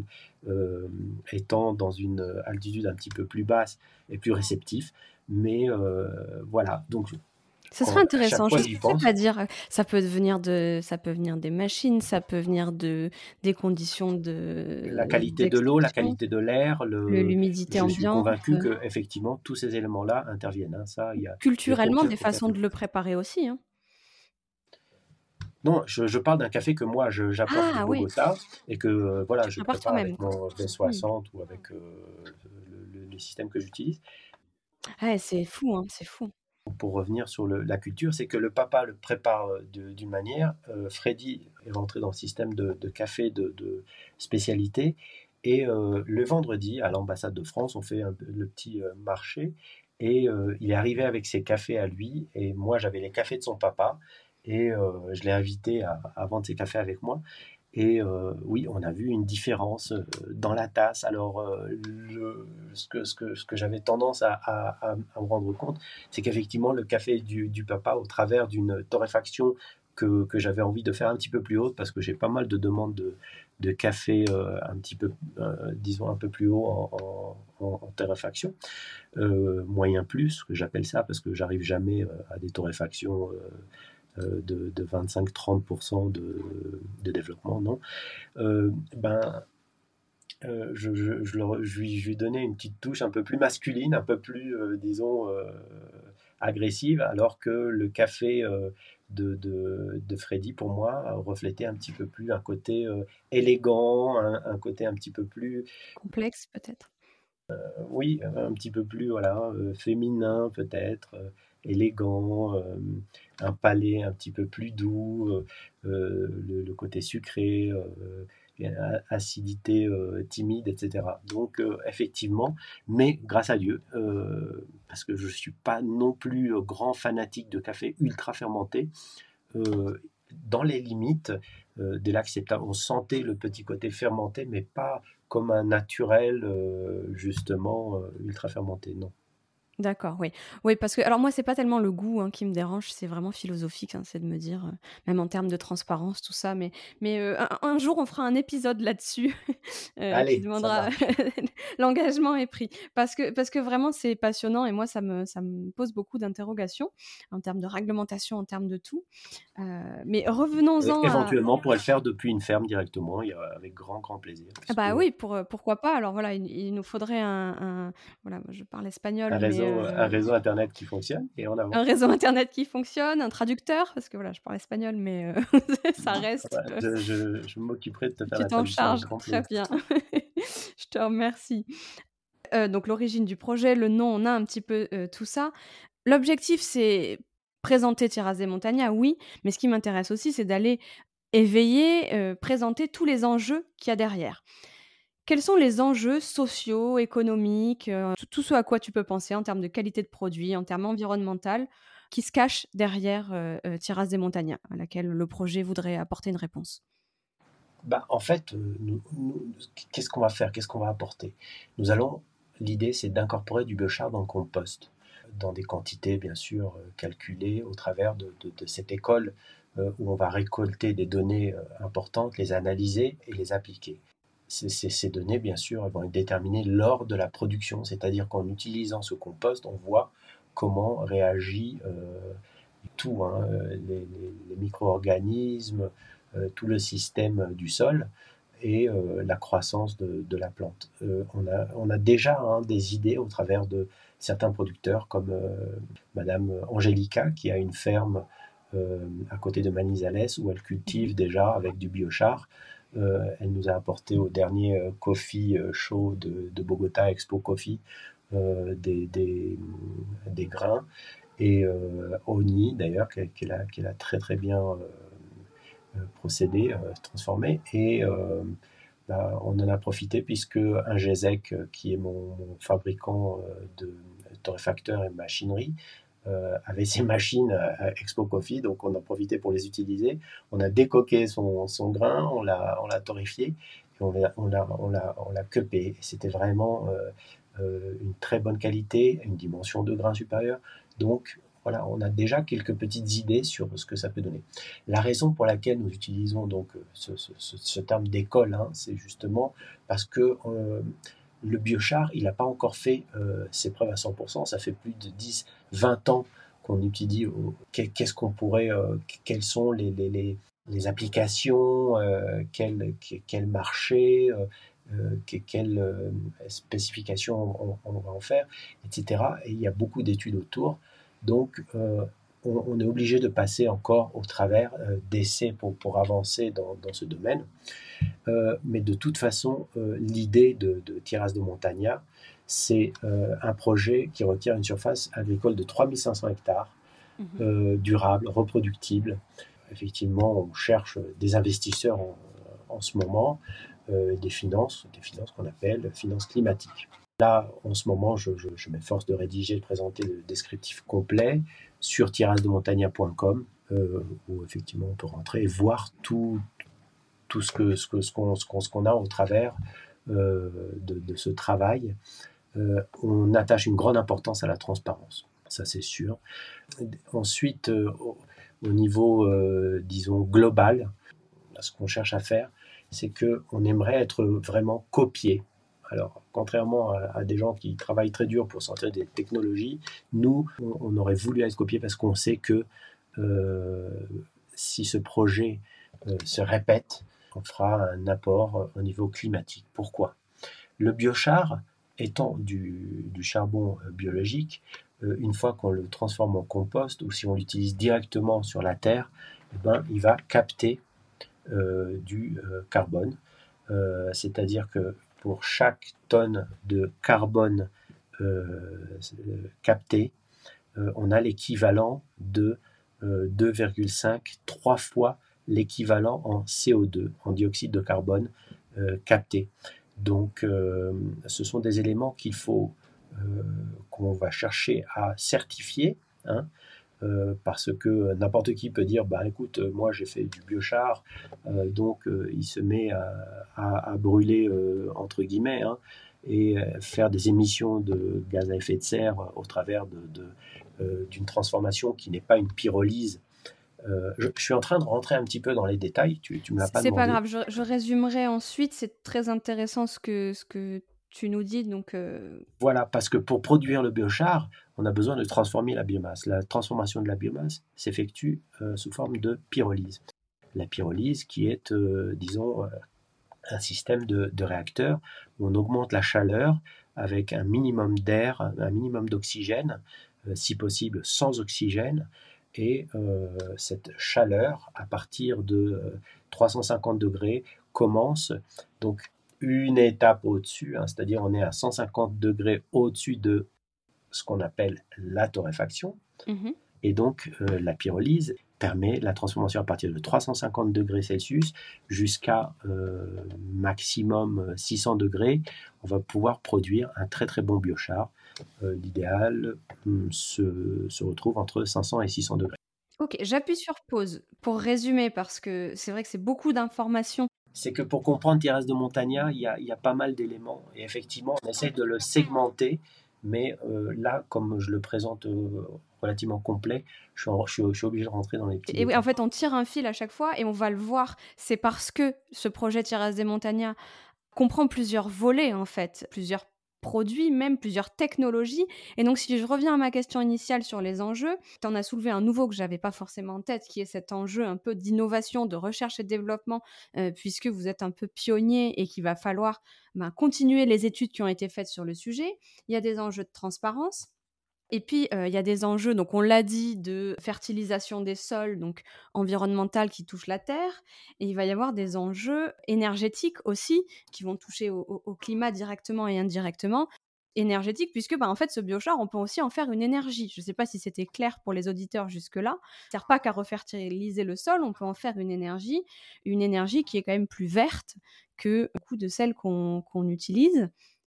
S2: étant dans une altitude un petit peu plus basse est plus réceptif, mais voilà. Donc,
S1: Ça serait
S2: à chaque
S1: intéressant.
S2: fois
S1: Je
S2: que
S1: sais
S2: j'y pense,
S1: pas dire. Ça peut venir des machines, ça peut venir des conditions
S2: la qualité de l'eau, la
S1: d'extraction,
S2: qualité de l'air,
S1: l'humidité
S2: je suis
S1: ambiante,
S2: convaincu que effectivement tous ces éléments-là interviennent, hein. Ça, il y a
S1: culturellement des
S2: aucun
S1: façons de
S2: doute.
S1: le préparer aussi, hein.
S2: Non, je parle d'un café que moi j'apporte de
S1: Ah oui,
S2: Bogota, et que voilà,
S1: tu
S2: je
S1: prépares
S2: prépare
S1: toi-même,
S2: avec
S1: quoi.
S2: mon
S1: Mmh.
S2: V60 ou avec les systèmes que j'utilise.
S1: Ouais, c'est fou, hein, c'est fou.
S2: Pour revenir sur la culture, c'est que le papa le prépare d'une manière. Freddy est rentré dans le système de café de spécialité. Et le vendredi, à l'ambassade de France, on fait le petit marché. Et il est arrivé avec ses cafés à lui. Et moi, j'avais les cafés de son papa. Et je l'ai invité à vendre ses cafés avec moi. Et oui, on a vu une différence dans la tasse. Alors, ce que j'avais tendance à me rendre compte, c'est qu'effectivement, le café du papa, au travers d'une torréfaction que j'avais envie de faire un petit peu plus haute, parce que j'ai pas mal de demandes de café un petit peu, disons, un peu plus haut en torréfaction, moyen plus, que j'appelle ça, parce que j'arrive jamais à des torréfactions de 25-30% de développement, non. Ben, je lui donnais une petite touche un peu plus masculine, un peu plus, disons, agressive, alors que le café de Freddy, pour moi, reflétait un petit peu plus un côté élégant, un côté un petit peu plus,
S1: Complexe peut-être?
S2: oui, un petit peu plus, voilà, féminin peut-être, élégant, un palais un petit peu plus doux, le côté sucré, acidité timide, etc. Donc effectivement, mais grâce à Dieu, parce que je ne suis pas non plus grand fanatique de café ultra fermenté, euh, dans les limites de l'acceptable. On sentait le petit côté fermenté, mais pas comme un naturel, justement, ultra fermenté, non.
S1: D'accord, oui. Oui, parce que alors moi, c'est pas tellement le goût, hein, qui me dérange, c'est vraiment philosophique, hein, c'est de me dire, même en termes de transparence, tout ça, mais un jour, on fera un épisode là-dessus, qui
S2: Allez, ça
S1: demandera
S2: marche.
S1: l'engagement est pris. Parce que vraiment, c'est passionnant et moi, ça me pose beaucoup d'interrogations en termes de réglementation, en termes de tout. Mais revenons-en à
S2: Éventuellement, on pourrait le faire depuis une ferme directement, avec grand, grand plaisir,
S1: ah
S2: puisque
S1: bah, oui, pourquoi pas. Alors voilà, il nous faudrait voilà, moi je parle espagnol, mais
S2: un réseau Internet qui fonctionne, et en
S1: un
S2: avant.
S1: réseau internet qui fonctionne, un traducteur, parce que voilà, je parle espagnol, mais ça reste,
S2: Voilà, je m'occuperai de te faire
S1: tu
S2: la
S1: t'en
S2: traduction avec
S1: charges,
S2: grand
S1: très
S2: plaisir.
S1: bien. Je te remercie. Donc l'origine du projet, le nom, on a un petit peu, tout ça. L'objectif, c'est présenter Tierras de Montaña, oui, mais ce qui m'intéresse aussi, c'est d'aller éveiller, présenter tous les enjeux qu'il y a derrière. Quels sont les enjeux sociaux, économiques, tout ce à quoi tu peux penser en termes de qualité de produit, en termes environnemental, qui se cachent derrière, Tierras de Montaña, à laquelle le projet voudrait apporter une réponse?
S2: Bah, en fait, qu'est-ce qu'on va faire? Qu'est-ce qu'on va apporter? Nous allons L'idée, c'est d'incorporer du biochar dans le compost, dans des quantités, bien sûr, calculées au travers de cette école, où on va récolter des données, importantes, les analyser et les appliquer. Ces données, bien sûr, elles vont être déterminées lors de la production, c'est-à-dire qu'en utilisant ce compost, on voit comment réagit, tout, hein, les micro-organismes, tout le système du sol et la croissance de la plante. On a déjà, hein, des idées au travers de certains producteurs comme Madame Angelica qui a une ferme à côté de Manizales où elle
S1: Mmh.
S2: cultive déjà avec du biochar. Elle nous a apporté au dernier Coffee Show de Bogota, Expo Coffee, des grains. Et Oni, d'ailleurs, qu'elle a très très bien procédé, transformé. Et bah, on en a profité puisque un GESEC, qui est mon fabricant de torréfacteurs et machinerie, avait ses machines à Expo Coffee, donc on a profité pour les utiliser. On a décoqué son grain, on l'a torréfié, et on l'a cueupé. C'était vraiment une très bonne qualité, une dimension de grain supérieure. Donc voilà, on a déjà quelques petites idées sur ce que ça peut donner. La raison pour laquelle nous utilisons donc ce terme d'école, hein, c'est justement parce que le biochar, il n'a pas encore fait ses preuves à 100%. Ça fait plus de 10-20 ans qu'on étudie qu'est-ce qu'on pourrait, quelles sont les applications, quel marché, quelles spécifications on va en faire, etc. Et il y a beaucoup d'études autour. Donc, on est obligé de passer encore au travers d'essais pour avancer dans ce domaine. Mais de toute façon, l'idée de Tierras de Montaña, c'est un projet qui requiert une surface agricole de 3500 hectares, durable, reproductible. Effectivement, on cherche des investisseurs en ce moment, des finances qu'on appelle finances climatiques. Là, en ce moment, je m'efforce de rédiger et de présenter le descriptif complet sur terrassedemontagna.com, où effectivement on peut rentrer et voir tout ce qu'on a au travers de ce travail. On attache une grande importance à la transparence, ça c'est sûr. Ensuite, au niveau, disons, global, ce qu'on cherche à faire, c'est qu'on aimerait être vraiment copié. Alors, contrairement à des gens qui travaillent très dur pour sortir des technologies, nous, on aurait voulu être copié parce qu'on sait que si ce projet se répète, on fera un apport au niveau climatique. Pourquoi ? Le biochar, étant du charbon biologique, une fois qu'on le transforme en compost ou si on l'utilise directement sur la terre, eh ben, il va capter du carbone. C'est-à-dire que pour chaque tonne de carbone capté, on a l'équivalent de 2,5, 3 fois l'équivalent en CO2, en dioxyde de carbone capté. Donc, ce sont des éléments qu'il faut qu'on va chercher à certifier, hein, parce que n'importe qui peut dire, bah écoute, moi j'ai fait du biochar, donc il se met à brûler entre guillemets, hein, et faire des émissions de gaz à effet de serre au travers d'une transformation qui n'est pas une pyrolyse. Je suis en train de rentrer un petit peu dans les détails, tu me l'as pas
S1: C'est pas
S2: demandé.
S1: grave, je résumerai ensuite. C'est très intéressant ce que tu nous dis. Donc,
S2: Voilà, parce que pour produire le biochar, on a besoin de transformer la biomasse. La transformation de la biomasse s'effectue sous forme de pyrolyse. La pyrolyse qui est, disons, un système de réacteur où on augmente la chaleur avec un minimum d'air, un minimum d'oxygène, si possible sans oxygène. Et cette chaleur, à partir de 350 degrés, commence donc une étape au-dessus, hein, c'est-à-dire on est à 150 degrés au-dessus de ce qu'on appelle la torréfaction. Et donc la pyrolyse permet la transformation à partir de 350 degrés Celsius jusqu'à maximum 600 degrés. On va pouvoir produire un très très bon biochar. L'idéal se retrouve entre 500 et 600 degrés.
S1: Ok, j'appuie sur pause pour résumer parce que c'est vrai que c'est beaucoup d'informations.
S2: C'est que pour comprendre Thérèse de Montagna, il y a pas mal d'éléments. Et effectivement, on essaie de le segmenter, mais là, comme je le présente relativement complet, je suis obligé de rentrer dans les petits
S1: Et oui,
S2: détails.
S1: en fait, on tire un fil à chaque fois et on va le voir. C'est parce que ce projet Terrasse des Montagnas comprend plusieurs volets, en fait, plusieurs produits, même plusieurs technologies. Et donc, si je reviens à ma question initiale sur les enjeux, tu en as soulevé un nouveau que j'avais pas forcément en tête, qui est cet enjeu un peu d'innovation, de recherche et développement, puisque vous êtes un peu pionnier et qu'il va falloir continuer les études qui ont été faites sur le sujet. Il y a des enjeux de transparence. Et puis, il y a des enjeux, donc on l'a dit, de fertilisation des sols, donc environnemental qui touche la terre. Et il va y avoir des enjeux énergétiques aussi, qui vont toucher au climat directement et indirectement. Énergétique, puisque en fait, ce biochar, on peut aussi en faire une énergie. Je ne sais pas si c'était clair pour les auditeurs jusque-là. Ça ne sert pas qu'à refertiliser le sol, on peut en faire une énergie qui est quand même plus verte que beaucoup de celles qu'on utilise.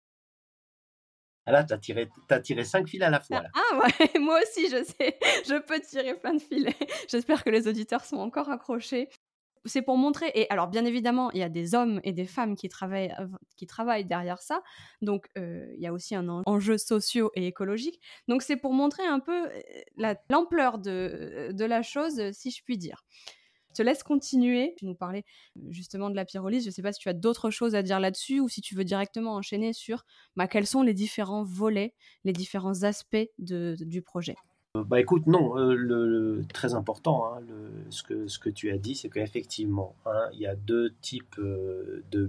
S2: Ah là, t'as tiré 5 fils à la fois. Là.
S1: Ah ouais, moi aussi, je sais, je peux tirer plein de filets. J'espère que les auditeurs sont encore accrochés. C'est pour montrer, et alors bien évidemment, il y a des hommes et des femmes qui travaillent derrière ça, donc il y a aussi un enjeu socio et écologique. Donc c'est pour montrer un peu l'ampleur de la chose, si je puis dire. Je te laisse continuer. Tu nous parlais justement de la pyrolyse. Je ne sais pas si tu as d'autres choses à dire là-dessus ou si tu veux directement enchaîner sur quels sont les différents volets, les différents aspects du projet.
S2: Bah écoute, non, très important, hein, ce que tu as dit, c'est qu'effectivement, hein, il y a deux types de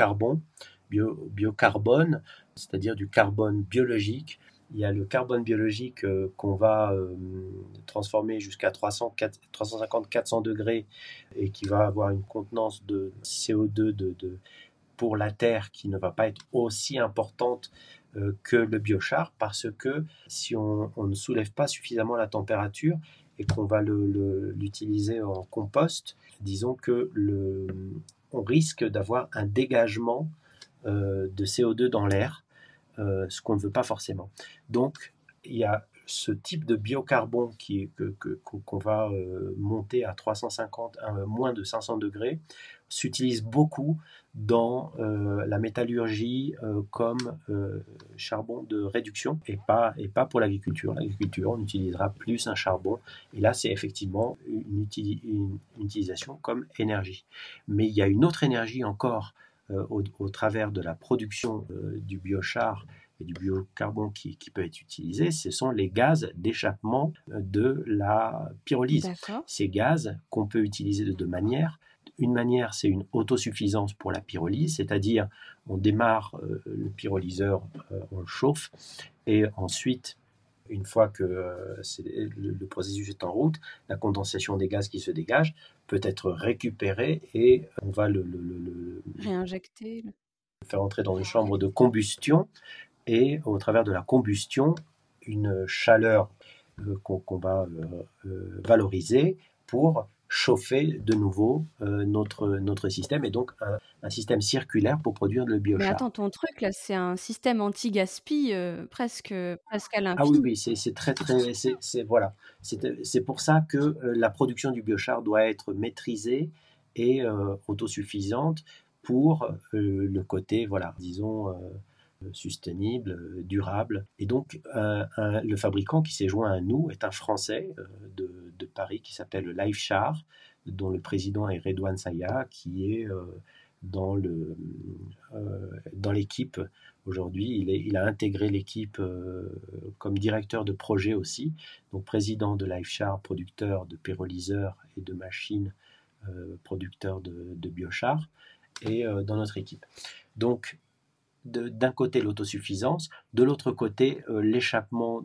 S2: biocarbone, c'est-à-dire du carbone biologique. Il y a le carbone biologique qu'on va transformer jusqu'à 350-400 degrés et qui va avoir une contenance de CO2 pour la Terre qui ne va pas être aussi importante que le biochar, parce que si on ne soulève pas suffisamment la température et qu'on va l'utiliser en compost, disons que on risque d'avoir un dégagement de CO2 dans l'air, ce qu'on ne veut pas forcément. Donc, il y a ce type de biocarbone qu'on va monter à 350, moins de 500 degrés, s'utilise beaucoup dans la métallurgie comme charbon de réduction et pas pour l'agriculture. L'agriculture, on utilisera plus un charbon. Et là, c'est effectivement une utilisation comme énergie. Mais il y a une autre énergie encore au travers de la production du biochar et du biocarbone qui peut être utilisé, ce sont les gaz d'échappement de la pyrolyse.
S1: D'accord.
S2: Ces gaz qu'on peut utiliser de deux manières. Une manière, c'est une autosuffisance pour la pyrolyse, c'est-à-dire on démarre le pyrolyseur, on le chauffe, et ensuite, une fois que le processus est en route, la condensation des gaz qui se dégagent peut être récupérée et on va
S1: Réinjecter.
S2: faire entrer dans une chambre de combustion et au travers de la combustion, une chaleur qu'on va valoriser pour chauffer de nouveau notre système et donc un système circulaire pour produire le
S1: Mais
S2: biochar.
S1: attends, ton truc là, c'est un système anti-gaspi presque à
S2: Ah oui,
S1: l'infini.
S2: oui, c'est très, très, voilà. C'est pour ça que la production du biochar doit être maîtrisée et autosuffisante pour le côté, voilà, disons, sustainable, durable. Et donc, le fabricant qui s'est joint à nous est un Français de Paris qui s'appelle Lifechar, dont le président est Redouane Saya, qui est dans dans l'équipe aujourd'hui. Il a intégré l'équipe comme directeur de projet aussi, donc président de Lifechar, producteur de pyrolyseurs et de machines, producteur de biochar, et dans notre équipe. Donc, d'un côté l'autosuffisance, de l'autre côté l'échappement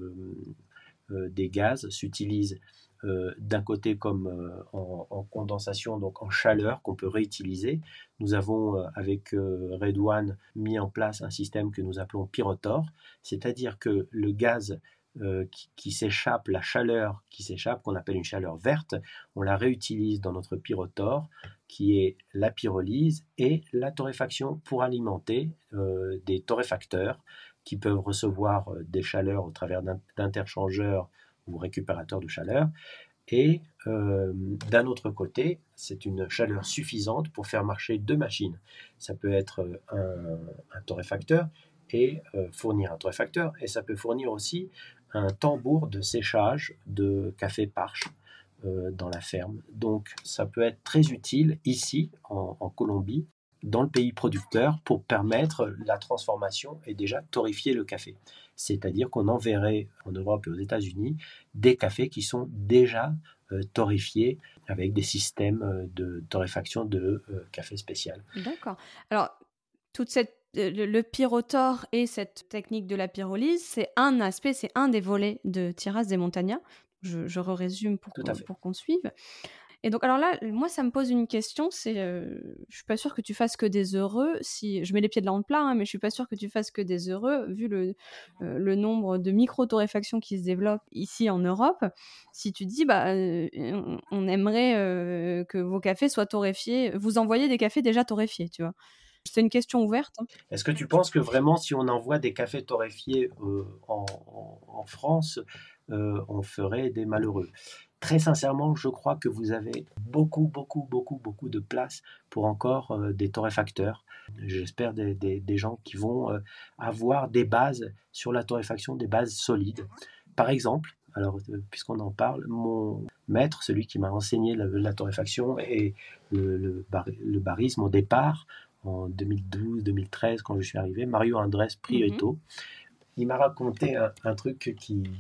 S2: des gaz s'utilise d'un côté comme en condensation, donc en chaleur qu'on peut réutiliser. Nous avons avec Redouane mis en place un système que nous appelons Pyrotor, c'est-à-dire que le gaz qui s'échappe, la chaleur qui s'échappe, qu'on appelle une chaleur verte, on la réutilise dans notre Pyrotor, qui est la pyrolyse et la torréfaction pour alimenter des torréfacteurs qui peuvent recevoir des chaleurs au travers d'interchangeurs ou récupérateurs de chaleur. Et d'un autre côté, c'est une chaleur suffisante pour faire marcher deux machines. Ça peut être un torréfacteur et fournir un torréfacteur, et ça peut fournir aussi un tambour de séchage de café parche dans la ferme. Donc ça peut être très utile ici en Colombie, dans le pays producteur, pour permettre la transformation et déjà torréfier le café. C'est-à-dire qu'on enverrait en Europe et aux États-Unis des cafés qui sont déjà torréfiés avec des systèmes de torréfaction de café spécial.
S1: D'accord. Alors, le pyrotor et cette technique de la pyrolyse, c'est un aspect, c'est un des volets de Tiras de Montaña. Je résume
S2: Tout à fait.
S1: pour qu'on suive. Et donc, alors là, moi, ça me pose une question, c'est, je suis pas sûre que tu fasses que des heureux, si je mets les pieds dans le plat, hein, mais je suis pas sûre que tu fasses que des heureux, vu le nombre de micro-torréfactions qui se développent ici en Europe. Si tu dis, bah, on aimerait que vos cafés soient torréfiés, vous envoyez des cafés déjà torréfiés, tu vois. C'est une question ouverte, hein.
S2: Est-ce que tu penses que vraiment, si on envoie des cafés torréfiés en France, on ferait des malheureux? Très sincèrement, je crois que vous avez beaucoup, beaucoup, beaucoup, beaucoup de place pour encore des torréfacteurs. J'espère des gens qui vont avoir des bases sur la torréfaction, des bases solides. Par exemple, alors puisqu'on en parle, mon maître, celui qui m'a enseigné la torréfaction et le barisme au départ, en 2012-2013, quand je suis arrivé, Mario Andrés Prieto, il m'a raconté un truc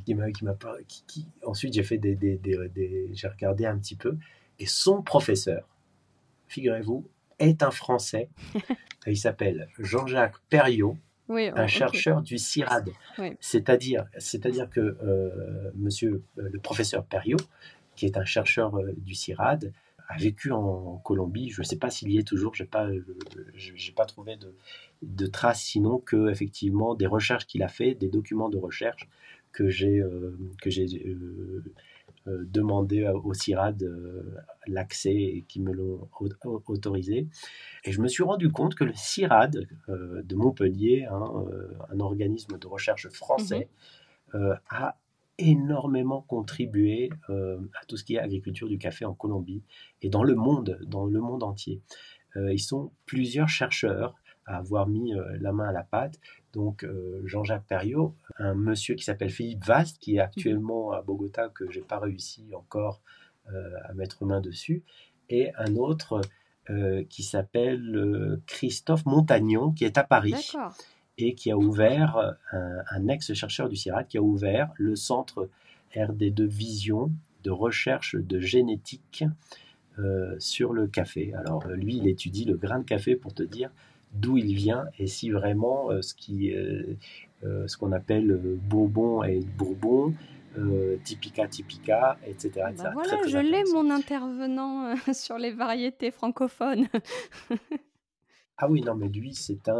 S2: ensuite j'ai fait j'ai regardé un petit peu, et son professeur, figurez-vous, est un Français. Il s'appelle Jean-Jacques Perriot,
S1: Oui,
S2: un
S1: ok.
S2: chercheur du CIRAD.
S1: Oui.
S2: C'est-à-dire que monsieur le professeur Perriot, qui est un chercheur du CIRAD, a vécu en Colombie. Je ne sais pas s'il y est toujours, j'ai pas trouvé de traces, sinon que effectivement des recherches qu'il a fait, des documents de recherche que j'ai demandé au CIRAD l'accès et qui me l'ont autorisé. Et je me suis rendu compte que le CIRAD de Montpellier, un organisme de recherche
S1: Mhm.
S2: français, a énormément contribué à tout ce qui est agriculture du café en Colombie et dans le monde entier. Ils sont plusieurs chercheurs à avoir mis la main à la pâte. Donc Jean-Jacques Perriot, un monsieur qui s'appelle Philippe Vaste, qui est
S1: Mhm.
S2: actuellement à Bogota, que j'ai pas réussi encore à mettre main dessus, et un autre qui s'appelle Christophe Montagnon, qui est à Paris
S1: D'accord.
S2: et qui a ouvert, un ex-chercheur du CIRAD, qui a ouvert le centre RD2 Vision de recherche de génétique sur le café. Alors lui, il étudie le grain de café pour te dire d'où il vient et si vraiment ce qu'on appelle Bourbon est Bourbon, Typica Typica, etc.,
S1: Ah bah
S2: etc.
S1: voilà,
S2: Très très
S1: je l'ai
S2: intéressant.
S1: mon intervenant sur les variétés francophones.
S2: Ah oui, non, mais lui,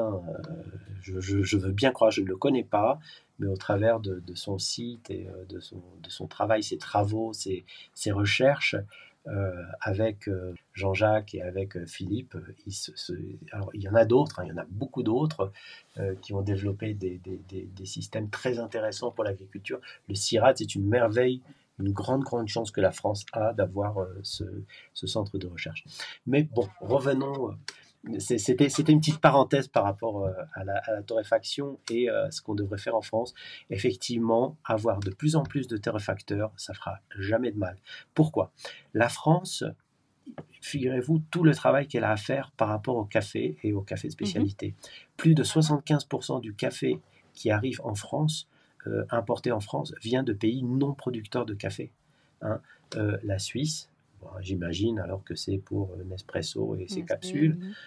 S2: je veux bien croire, je ne le connais pas, mais au travers de son site et de son travail, ses travaux, ses recherches, avec Jean-Jacques et avec Philippe, alors il y en a d'autres, hein, il y en a beaucoup d'autres qui ont développé des systèmes très intéressants pour l'agriculture. Le CIRAD, c'est une merveille, une grande, grande chance que la France a d'avoir ce centre de recherche. Mais bon, revenons. C'était une petite parenthèse par rapport à la torréfaction et ce qu'on devrait faire en France. Effectivement, avoir de plus en plus de torréfacteurs, ça fera jamais de mal. Pourquoi? La France, figurez-vous tout le travail qu'elle a à faire par rapport au café et au café de
S1: Mhm.
S2: spécialité. Plus de 75% du café qui arrive en France, importé en France, vient de pays non producteurs de café. Hein. La Suisse, bon, j'imagine, alors que c'est pour Nespresso et ses
S1: Nestlé,
S2: capsules,
S1: mhm.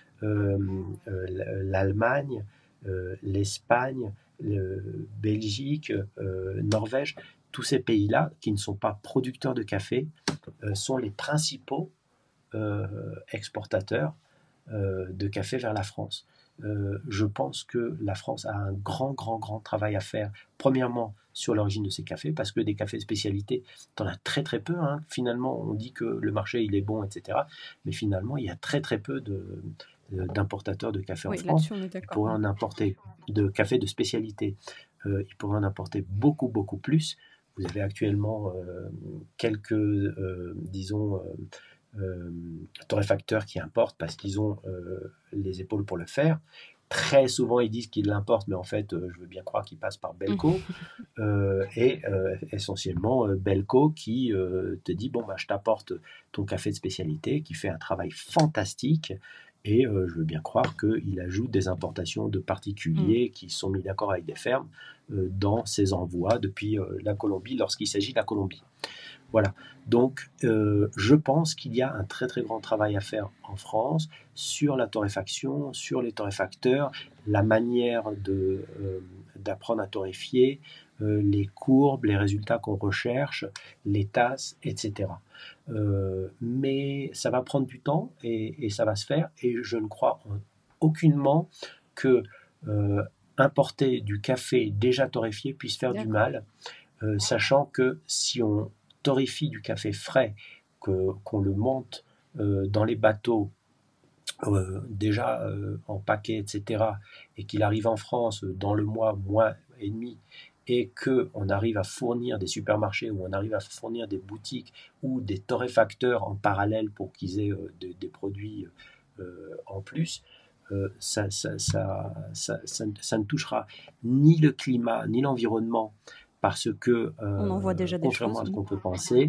S2: l'Allemagne, l'Espagne, Belgique, Norvège, tous ces pays-là qui ne sont pas producteurs de café sont les principaux exportateurs de café vers la France. Je pense que la France a un grand, grand, grand travail à faire. Premièrement, sur l'origine de ces cafés, parce que des cafés de spécialité, tu en as très, très peu. Hein. Finalement, on dit que le marché, il est bon, etc. Mais finalement, il y a très, très peu d'importateurs de café en
S1: Oui,
S2: France.
S1: là-dessus on est
S2: Ils
S1: d'accord.
S2: pourraient en importer de café de spécialité. Ils pourraient en importer beaucoup, beaucoup plus. Vous avez actuellement quelques, disons, euh, torréfacteurs qui importent parce qu'ils ont les épaules pour le faire. Très souvent, ils disent qu'ils l'importent, mais en fait, je veux bien croire qu'ils passent par Belco. Et essentiellement, Belco qui te dit, bon, bah, je t'apporte ton café de spécialité, qui fait un travail fantastique. Et je veux bien croire qu'il ajoute des importations de
S1: Mm.
S2: particuliers qui sont mis d'accord avec des fermes dans ses envois depuis la Colombie, lorsqu'il s'agit de la Colombie. Voilà. Donc, je pense qu'il y a un très très grand travail à faire en France sur la torréfaction, sur les torréfacteurs, la manière d'apprendre à torréfier, les courbes, les résultats qu'on recherche, les tasses, etc. Mais ça va prendre du temps et ça va se faire. Et je ne crois aucunement que importer du café déjà torréfié puisse faire du
S1: D'accord.
S2: mal, sachant que si on torréfie du café frais, qu'on le monte dans les bateaux déjà en paquet, etc., et qu'il arrive en France dans le mois et demi, et qu'on arrive à fournir des supermarchés, ou on arrive à fournir des boutiques ou des torréfacteurs en parallèle pour qu'ils aient des produits en plus, ça ne touchera ni le climat ni l'environnement parce que,
S1: On en voit déjà des
S2: contrairement
S1: choses.
S2: à ce
S1: Mm.
S2: qu'on peut penser,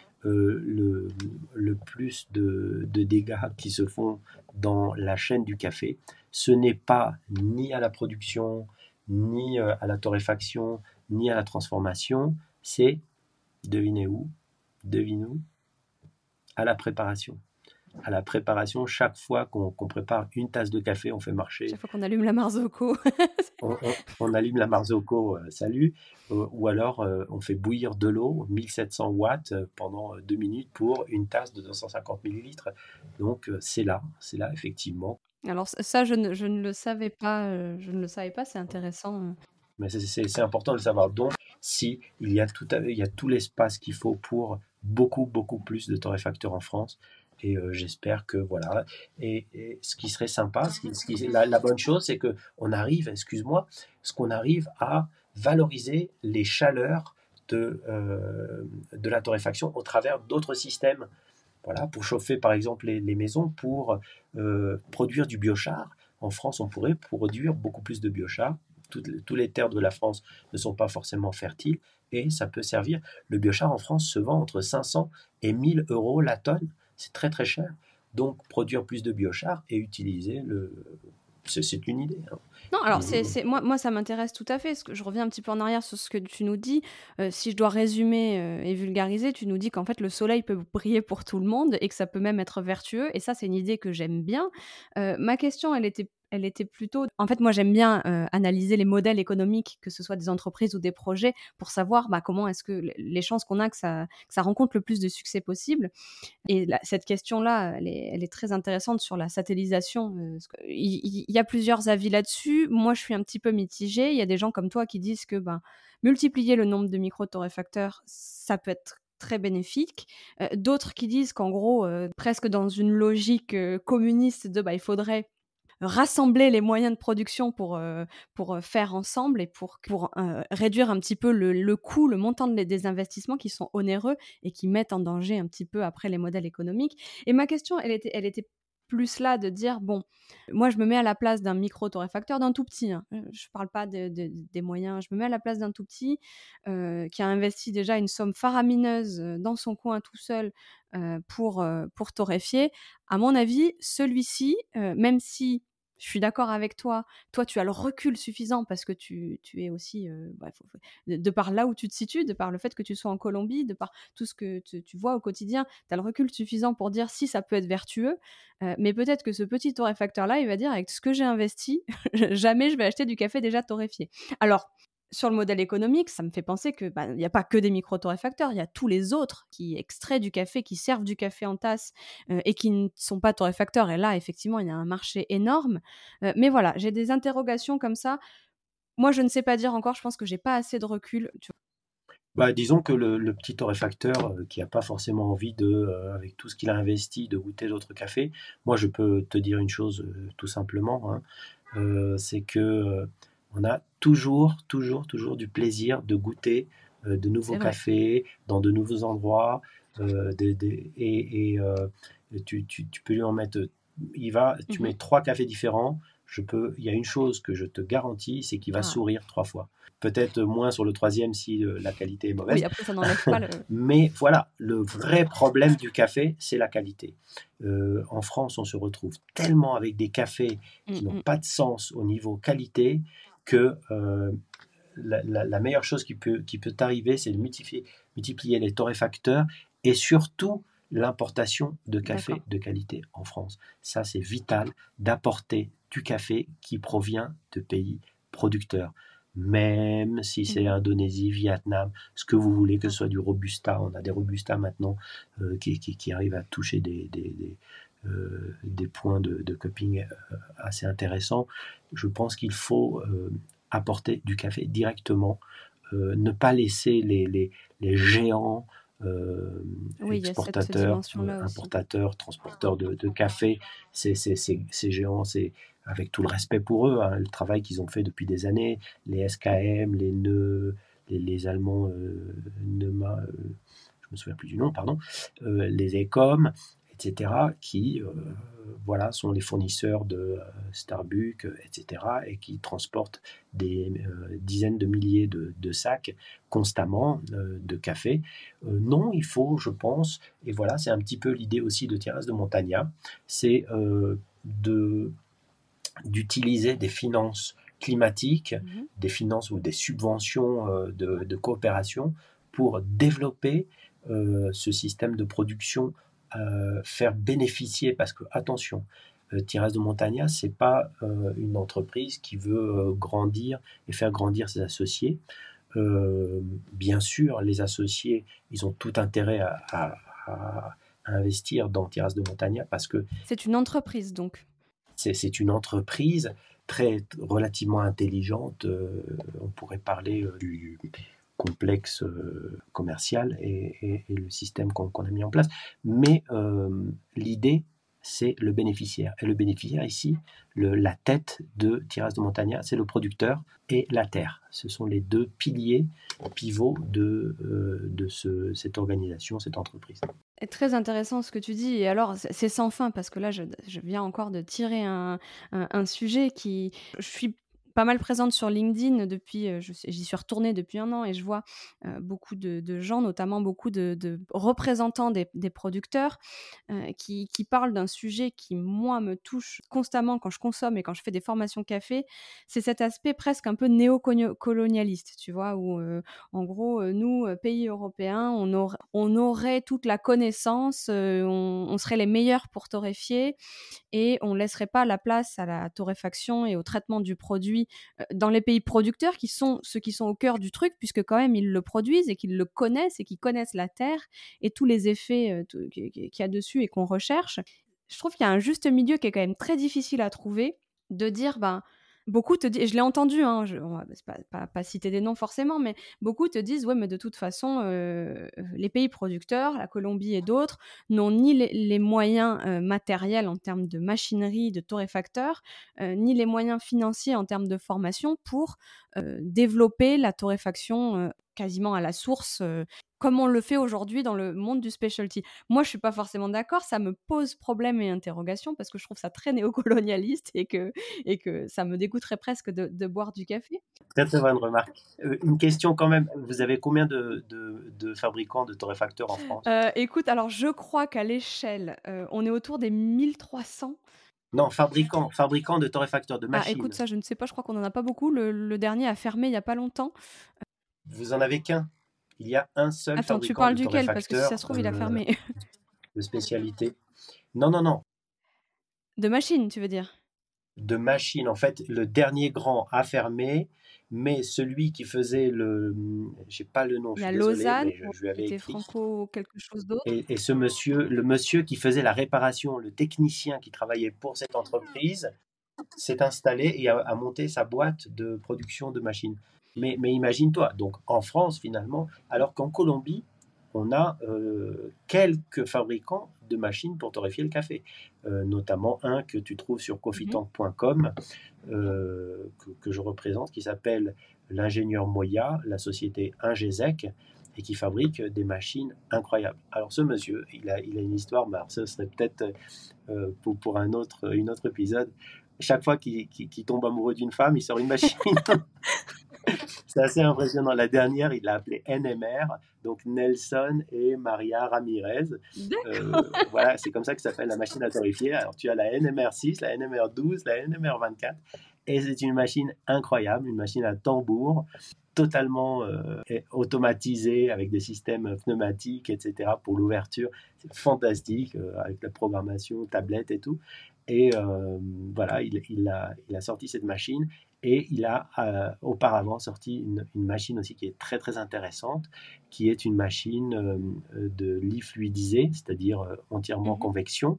S2: le plus de dégâts qui se font dans la chaîne du café, ce n'est pas ni à la production, ni à la torréfaction, ni à la transformation, c'est, devinez où, devine où, à la préparation. à la préparation. Chaque fois qu'on prépare une tasse de café, on fait marcher,
S1: Chaque fois qu'on allume la Marzocco.
S2: on allume la Marzocco, salut, ou alors on fait bouillir de l'eau, 1700 watts, pendant 2 minutes pour une tasse de 250 millilitres. Donc c'est là effectivement.
S1: Alors ça, je ne le savais pas, c'est intéressant.
S2: Mais c'est important de le savoir. Donc, si il y a tout l'espace qu'il faut pour beaucoup, beaucoup plus de torréfacteurs en France. Et j'espère que voilà. Et ce qui serait sympa, la bonne chose, c'est que ce qu'on arrive à valoriser les chaleurs de la torréfaction au travers d'autres systèmes. Voilà, pour chauffer par exemple les maisons, pour produire du biochar. En France, on pourrait produire beaucoup plus de biochar. Toutes les terres de la France ne sont pas forcément fertiles et ça peut servir. Le biochar en France se vend entre 500 et 1000 euros la tonne. C'est très très cher. Donc produire plus de biochar et utiliser c'est une idée, hein.
S1: Non, alors
S2: Mmh.
S1: moi ça m'intéresse tout à fait. Je reviens un petit peu en arrière sur ce que tu nous dis. Si je dois résumer et vulgariser, tu nous dis qu'en fait le soleil peut briller pour tout le monde et que ça peut même être vertueux. Et ça, c'est une idée que j'aime bien. Ma question, elle était plutôt. En fait, moi j'aime bien analyser les modèles économiques, que ce soit des entreprises ou des projets, pour savoir comment est-ce que les chances qu'on a que ça rencontre le plus de succès possible. Et cette question-là, elle est très intéressante sur la satellisation. Il y a plusieurs avis là-dessus. Moi, je suis un petit peu mitigée. Il y a des gens comme toi qui disent que multiplier le nombre de micro-torréfacteurs, ça peut être très bénéfique. D'autres qui disent qu'en gros, presque dans une logique communiste il faudrait rassembler les moyens de production pour faire ensemble et pour réduire un petit peu le coût, le montant des investissements qui sont onéreux et qui mettent en danger un petit peu après les modèles économiques. Et ma question, elle était plus là de dire, bon, moi je me mets à la place d'un micro-torréfacteur, d'un tout petit, hein. Je parle pas des moyens, je me mets à la place d'un tout petit qui a investi déjà une somme faramineuse dans son coin tout seul pour torréfier. À mon avis, celui-ci, même si je suis d'accord avec toi. Toi, tu as le recul suffisant parce que tu es aussi, de par là où tu te situes, de par le fait que tu sois en Colombie, de par tout ce que tu vois au quotidien, tu as le recul suffisant pour dire si ça peut être vertueux. Mais peut-être que ce petit torréfacteur-là, il va dire avec ce que j'ai investi, jamais je vais acheter du café déjà torréfié. Alors, sur le modèle économique, ça me fait penser que il n'y a pas que des micro-torréfacteurs, il y a tous les autres qui extraient du café, qui servent du café en tasse et qui ne sont pas torréfacteurs. Et là, effectivement, il y a un marché énorme. Mais voilà, j'ai des interrogations comme ça. Moi, je ne sais pas dire encore, je pense que j'ai pas assez de recul.
S2: Bah, disons que le petit torréfacteur qui n'a pas forcément envie avec tout ce qu'il a investi, de goûter d'autres cafés, moi je peux te dire une chose tout simplement, hein, c'est que on a toujours, toujours, toujours du plaisir de goûter de nouveaux
S1: C'est vrai.
S2: cafés dans de nouveaux endroits, tu peux lui en mettre, tu
S1: Mhm.
S2: mets 3 cafés différents. Il y a une chose que je te garantis, c'est qu'il va
S1: Ah.
S2: sourire 3 fois. Peut-être moins sur le troisième si la qualité est
S1: Oui,
S2: mauvaise.
S1: après, ça n'enlève pas le.
S2: Mais voilà, le vrai problème du café, c'est la qualité. En France, on se retrouve tellement avec des cafés qui n'ont
S1: Mm.
S2: pas de sens au niveau qualité que la meilleure chose qui peut arriver, c'est de multiplier les torréfacteurs et surtout l'importation de café
S1: D'accord.
S2: de qualité en France. Ça, c'est vital d'apporter du café qui provient de pays producteurs. Même si c'est
S1: Mhm.
S2: Indonésie, Vietnam, ce que vous voulez, que ce soit du Robusta, on a des Robusta maintenant qui arrivent à toucher des points de cupping assez intéressants. Je pense qu'il faut apporter du café directement, ne pas laisser les géants
S1: Oui, il y a cette
S2: exportateurs,
S1: dimension-là aussi.
S2: importateurs, transporteurs de café, ces géants, c'est avec tout le respect pour eux, hein, le travail qu'ils ont fait depuis des années, les SKM, les Neu, les Allemands, Neuma, je me souviens plus du nom, pardon, les Ecom, etc., qui voilà, sont les fournisseurs de Starbucks, etc., et qui transportent des dizaines de milliers de sacs constamment de café. Non, il faut, je pense, et voilà, c'est un petit peu l'idée aussi de Thérèse de Montagna, c'est d'utiliser des finances climatiques,
S1: Mhm.
S2: des finances ou des subventions de coopération pour développer ce système de production faire bénéficier, parce que attention, Tiras de Montagna, c'est pas une entreprise qui veut grandir et faire grandir ses associés. Bien sûr, les associés, ils ont tout intérêt à investir dans Tiras de Montagna parce que
S1: C'est une entreprise donc.
S2: c'est une entreprise relativement intelligente. On pourrait parler du complexe commercial et le système qu'on a mis en place. Mais l'idée, c'est le bénéficiaire. Et le bénéficiaire ici, la tête de Tiras de Montagna, c'est le producteur et la terre. Ce sont les deux piliers, pivots de cette organisation, cette entreprise.
S1: C'est très intéressant ce que tu dis et alors c'est sans fin parce que là je viens encore de tirer un sujet qui je suis pas mal présente sur LinkedIn depuis, j'y suis retournée depuis 1 an et je vois, beaucoup de gens, notamment beaucoup de représentants des producteurs, qui parlent d'un sujet qui, moi, me touche constamment quand je consomme et quand je fais des formations café. C'est cet aspect presque un peu néocolonialiste, tu vois? Où, en gros, nous, pays européens, on aurait toute la connaissance, on serait les meilleurs pour torréfier et on laisserait pas la place à la torréfaction et au traitement du produit dans les pays producteurs qui sont ceux qui sont au cœur du truc puisque quand même ils le produisent et qu'ils le connaissent et qu'ils connaissent la terre et tous les effets qu'il y a dessus et qu'on recherche. Je trouve qu'il y a un juste milieu qui est quand même très difficile à trouver de dire ben beaucoup te disent, et je l'ai entendu, hein, on va pas citer des noms forcément, mais beaucoup te disent ouais mais de toute façon les pays producteurs, la Colombie et d'autres n'ont ni les moyens matériels en termes de machinerie, de torréfacteurs, ni les moyens financiers en termes de formation pour développer la torréfaction quasiment à la source, comme on le fait aujourd'hui dans le monde du specialty. Moi, je suis pas forcément d'accord, ça me pose problème et interrogation parce que je trouve ça très néocolonialiste et que ça me dégoûterait presque de boire du café.
S2: Très très bonne remarque. Une question quand même, vous avez combien de fabricants de torréfacteurs en France?
S1: Écoute, alors je crois qu'à l'échelle, on est autour des 1300.
S2: Non, fabricants de torréfacteurs, de
S1: Ah écoute,
S2: machines.
S1: ça je ne sais pas, je crois qu'on en a pas beaucoup. Le dernier a fermé il y a pas longtemps.
S2: Vous en avez qu'un. Il y a un seul
S1: Attends, tu
S2: fabricant
S1: parles
S2: de
S1: duquel? Parce que si ça
S2: torréfacteurs
S1: se trouve, il a fermé.
S2: de spécialité. Non, non, non,
S1: De machines, tu veux dire?
S2: de machines. En fait, le dernier grand a fermé, mais celui qui faisait j'ai pas le nom,
S1: Il
S2: je
S1: y
S2: suis
S1: a
S2: désolé,
S1: Lausanne,
S2: mais je lui
S1: qui
S2: avais
S1: était
S2: écrit.
S1: franco quelque chose d'autre.
S2: Et ce monsieur, le monsieur qui faisait la réparation, le technicien qui travaillait pour cette entreprise, s'est installé et a monté sa boîte de production de machines. Mais imagine-toi, donc en France finalement, alors qu'en Colombie, on a quelques fabricants de machines pour torréfier le café, notamment un que tu trouves sur
S1: Mmh.
S2: coffeetank.com, que je représente, qui s'appelle l'ingénieur Moya, la société Ingésec, et qui fabrique des machines incroyables. Alors ce monsieur, il a une histoire, mais alors ce serait peut-être pour une autre épisode. Chaque fois qu'il tombe amoureux d'une femme, il sort une machine. C'est assez impressionnant. La dernière, il l'a appelée NMR, donc Nelson et Maria Ramirez.
S1: D'accord.
S2: Voilà, c'est comme ça que s'appelle la machine à torréfier. Alors tu as la NMR 6, la NMR 12, la NMR 24. Et c'est une machine incroyable, une machine à tambour, totalement automatisée avec des systèmes pneumatiques, etc. pour l'ouverture. C'est fantastique, avec la programmation tablette et tout. Et voilà, il a sorti cette machine et il a auparavant sorti une machine aussi qui est très très intéressante, qui est une machine de lit fluidisé, c'est-à-dire entièrement
S1: Mmh.
S2: convection,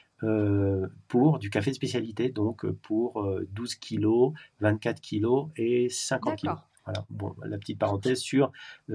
S2: pour du café de spécialité, donc pour 12 kilos, 24 kilos et 50 kilos.
S1: D'accord.
S2: Voilà, bon, la petite parenthèse sur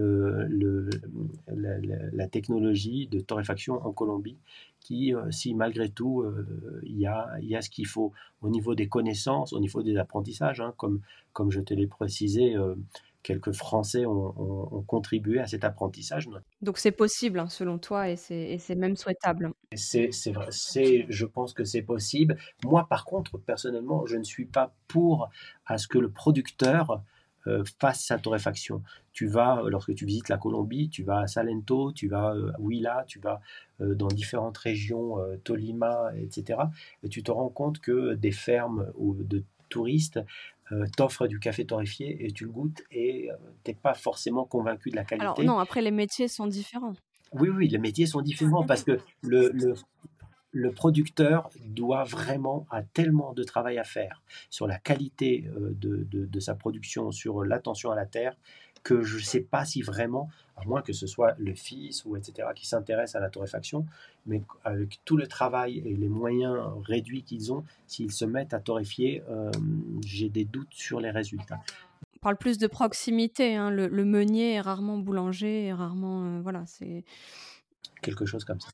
S2: la technologie de torréfaction en Colombie, qui, si malgré tout, il y a ce qu'il faut au niveau des connaissances, au niveau des apprentissages, hein, comme je te l'ai précisé, quelques Français ont contribué à cet apprentissage.
S1: Donc c'est possible, hein, selon toi et c'est même souhaitable.
S2: C'est vrai, je pense que c'est possible. Moi, par contre, personnellement, je ne suis pas pour à ce que le producteur fasse sa torréfaction. Tu vas, lorsque tu visites la Colombie, tu vas à Salento, tu vas à Huila, tu vas dans différentes régions, Tolima, etc. Et tu te rends compte que des fermes ou de touristes t'offrent du café torréfié et tu le goûtes et tu n'es pas forcément convaincu de la
S1: Alors
S2: qualité.
S1: non, après les métiers sont différents.
S2: Oui, oui, les métiers sont différents parce
S1: Mmh.
S2: que le producteur doit vraiment a tellement de travail à faire sur la qualité de sa production, sur l'attention à la terre, que je ne sais pas si vraiment, à moins que ce soit le fils ou etc., qui s'intéresse à la torréfaction, mais avec tout le travail et les moyens réduits qu'ils ont, s'ils se mettent à torréfier, j'ai des doutes sur les résultats.
S1: On parle plus de proximité, hein, le meunier est rarement boulanger, est rarement, voilà, c'est
S2: Quelque chose comme ça.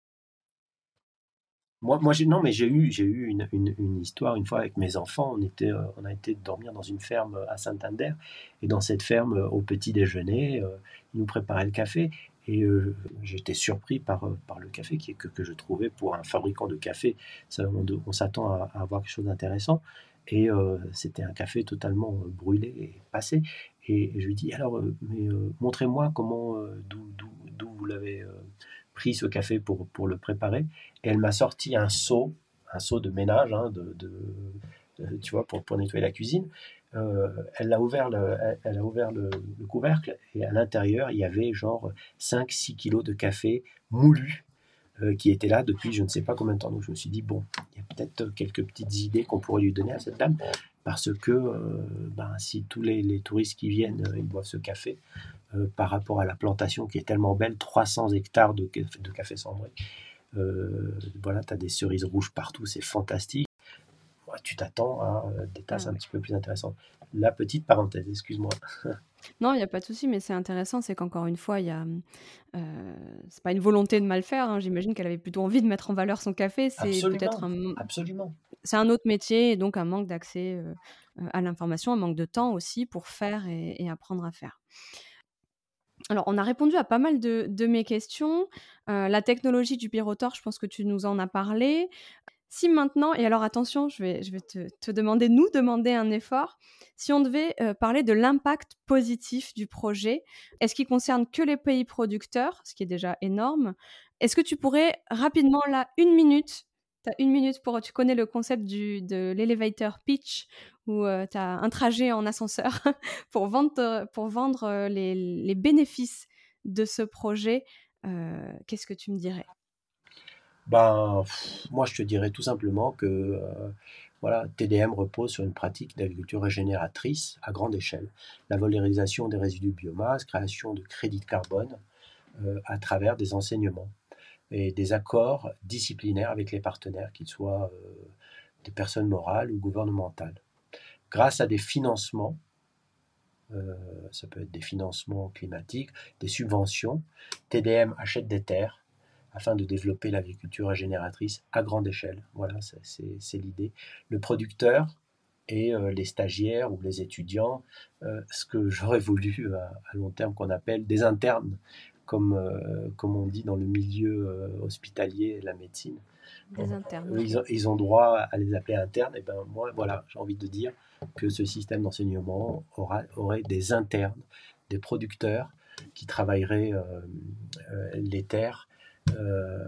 S2: Moi non, mais j'ai eu une histoire une fois avec mes enfants. On a été dormir dans une ferme à Santander. Et dans cette ferme, au petit déjeuner, ils nous préparaient le café. Et j'étais surpris par le café que je trouvais pour un fabricant de café. On s'attend à avoir quelque chose d'intéressant. Et c'était un café totalement brûlé et passé. Et je lui dis, alors, montrez-moi d'où vous l'avez pris ce café pour le préparer. Et elle m'a sorti un seau de ménage, hein, tu vois, pour nettoyer la cuisine. Elle a ouvert le couvercle et à l'intérieur, il y avait genre 5-6 kilos de café moulu qui était là depuis je ne sais pas combien de temps. Donc je me suis dit, bon, il y a peut-être quelques petites idées qu'on pourrait lui donner à cette dame, parce que ben, si tous les touristes qui viennent, ils boivent ce café, par rapport à la plantation qui est tellement belle, 300 hectares de café cendré, voilà, tu as des cerises rouges partout, c'est fantastique. Ouais, tu t'attends à des
S1: ah
S2: tasses un
S1: ouais.
S2: petit peu plus intéressantes. La petite parenthèse, excuse-moi.
S1: Non, il y a pas de souci, mais c'est intéressant, c'est qu'encore une fois, il y a, c'est pas une volonté de mal faire, hein. J'imagine qu'elle avait plutôt envie de mettre en valeur son café. C'est peut-être
S2: Absolument, absolument.
S1: c'est un autre métier et donc un manque d'accès, à l'information, un manque de temps aussi pour faire et apprendre à faire. Alors, on a répondu à pas mal de mes questions. La technologie du birotor, je pense que tu nous en as parlé. Si maintenant et alors attention, je vais te demander nous demander un effort. Si on devait, parler de l'impact positif du projet, est-ce qu'il concerne que les pays producteurs? Ce qui est déjà énorme. Est-ce que tu pourrais rapidement là, 1 minute, tu as 1 minute pour tu connais le concept de l'elevator pitch où, tu as un trajet en ascenseur pour vendre, les bénéfices de ce projet, qu'est-ce que tu me dirais?
S2: Ben, moi, je te dirais tout simplement que voilà, TDM repose sur une pratique d'agriculture régénératrice à grande échelle. La valorisation des résidus de biomasse, création de crédits de carbone à travers des enseignements et des accords disciplinaires avec les partenaires, qu'ils soient des personnes morales ou gouvernementales. Grâce à des financements, ça peut être des financements climatiques, des subventions, TDM achète des terres afin de développer l'agriculture régénératrice à grande échelle. Voilà, c'est l'idée. Le producteur et les stagiaires ou les étudiants, ce que j'aurais voulu à long terme qu'on appelle des internes, comme on dit dans le milieu hospitalier et la médecine.
S1: Des internes,
S2: Eux,
S1: OK.
S2: ils ont droit à les appeler internes. Et ben moi, voilà, j'ai envie de dire que ce système d'enseignement aurait des internes, des producteurs qui travailleraient les terres euh,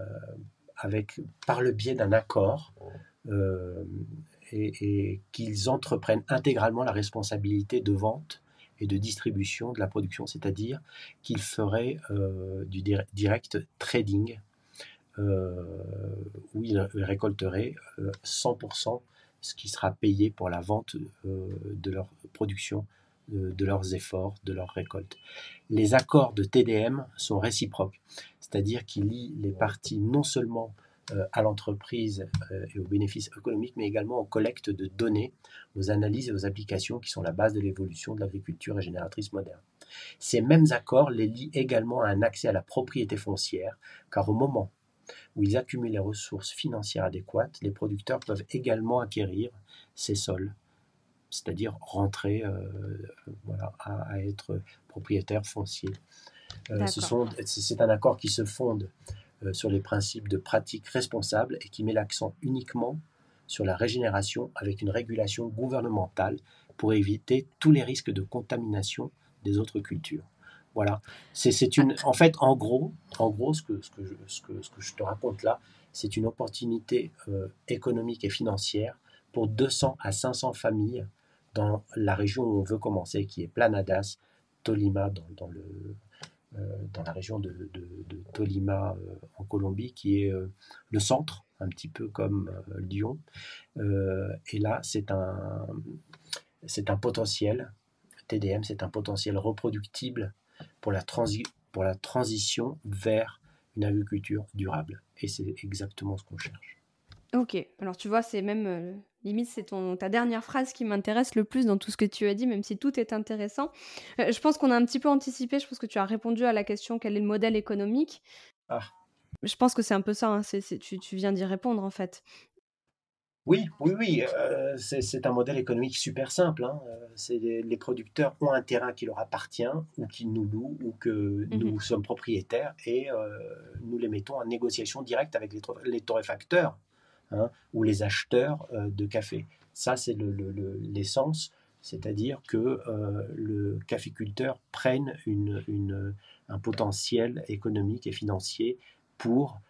S2: par le biais d'un accord euh, et qu'ils entreprennent intégralement la responsabilité de vente et de distribution de la production, c'est-à-dire qu'ils feraient du direct trading euh, où ils récolteraient 100% ce qui sera payé pour la vente de leur production, de leurs efforts, de leurs récoltes. Les accords de TDM sont réciproques, c'est-à-dire qu'ils lient les parties non seulement à l'entreprise et aux bénéfices économiques, mais également aux collectes de données, aux analyses et aux applications qui sont la base de l'évolution de l'agriculture régénératrice moderne. Ces mêmes accords les lient également à un accès à la propriété foncière, car au moment où ils accumulent les ressources financières adéquates, les producteurs peuvent également acquérir ces sols, c'est-à-dire rentrer voilà, à être propriétaire foncier.
S1: D'accord.
S2: C'est un accord qui se fonde sur les principes de pratique responsable et qui met l'accent uniquement sur la régénération avec une régulation gouvernementale pour éviter tous les risques de contamination des autres cultures. Voilà.
S1: Ah,
S2: En fait, en gros ce que je te raconte là, c'est une opportunité économique et financière pour 200 à 500 familles dans la région où on veut commencer, qui est Planadas, Tolima, dans la région de Tolima en Colombie, qui est le centre, un petit peu comme Lyon. Et là, c'est un potentiel, TDM, c'est un potentiel reproductible pour pour la transition vers une agriculture durable. Et c'est exactement ce qu'on cherche.
S1: OK. Alors tu vois, c'est même, limite c'est ta dernière phrase qui m'intéresse le plus dans tout ce que tu as dit, même si tout est intéressant. Je pense qu'on a un petit peu anticipé, je pense que tu as répondu à la question: «Quel est le modèle économique?»
S2: Ah,
S1: Je pense que c'est un peu ça, hein, tu viens d'y répondre, en fait.
S2: oui, oui, oui, c'est un modèle économique super simple, hein. C'est les producteurs ont un terrain qui leur appartient ou qu'ils nous louent ou que
S1: Mmh.
S2: nous sommes propriétaires et nous les mettons en négociation directe avec les torréfacteurs, hein, ou les acheteurs de café. Ça, c'est l'essence, c'est-à-dire que le caféculteur prenne un potentiel économique et financier pour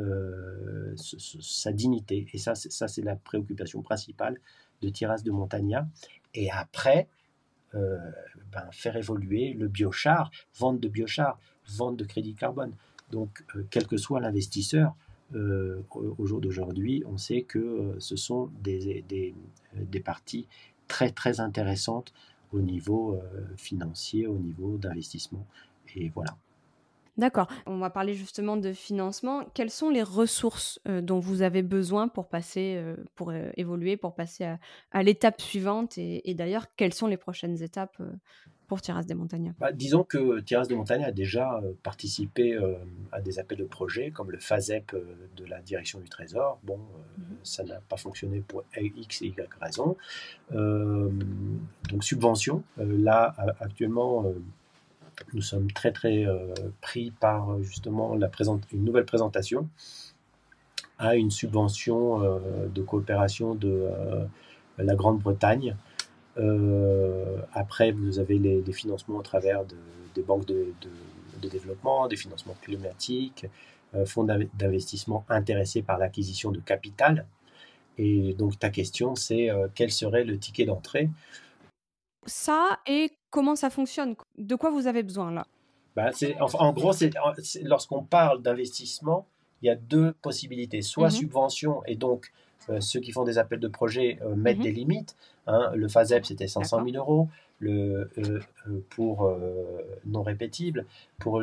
S2: sa dignité. Et ça, c'est la préoccupation principale de Tiras de Montagna. Et après, euh, faire évoluer le biochar, vente de biochar, vente de crédit carbone. Donc, quel que soit l'investisseur, au jour d'aujourd'hui, on sait que ce sont des parties très très intéressantes au niveau financier, au niveau d'investissement. Et voilà.
S1: D'accord. On va parler justement de financement. Quelles sont les ressources, dont vous avez besoin pour passer, pour, évoluer, pour passer à l'étape suivante et d'ailleurs, quelles sont les prochaines étapes, pour Tiras de Montagna?
S2: Disons que Thierry de Montagne a déjà participé à des appels de projets comme le FASEP de la direction du Trésor. Bon,
S1: Mmh.
S2: ça n'a pas fonctionné pour X et Y raisons. Euh, donc subvention. Là, actuellement, nous sommes très très pris par justement une nouvelle présentation à une subvention de coopération de la Grande-Bretagne. Après, vous avez les financements à travers des banques de développement, des financements climatiques, fonds d'investissement intéressés par l'acquisition de capital. Et donc ta question, c'est quel serait le ticket d'entrée?
S1: Ça et comment ça fonctionne? De quoi vous avez besoin là?
S2: Enfin, en gros, lorsqu'on parle d'investissement, il y a deux possibilités. Soit
S1: Mmh mh.
S2: subvention, et donc ceux qui font des appels de projets mettent
S1: Mmh.
S2: des limites, hein. Le FASEP, c'était 500
S1: D'accord.
S2: 000 euros pour non répétible. Pour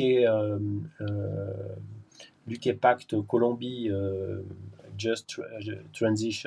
S2: l'UK Pact Colombie, Just Transition,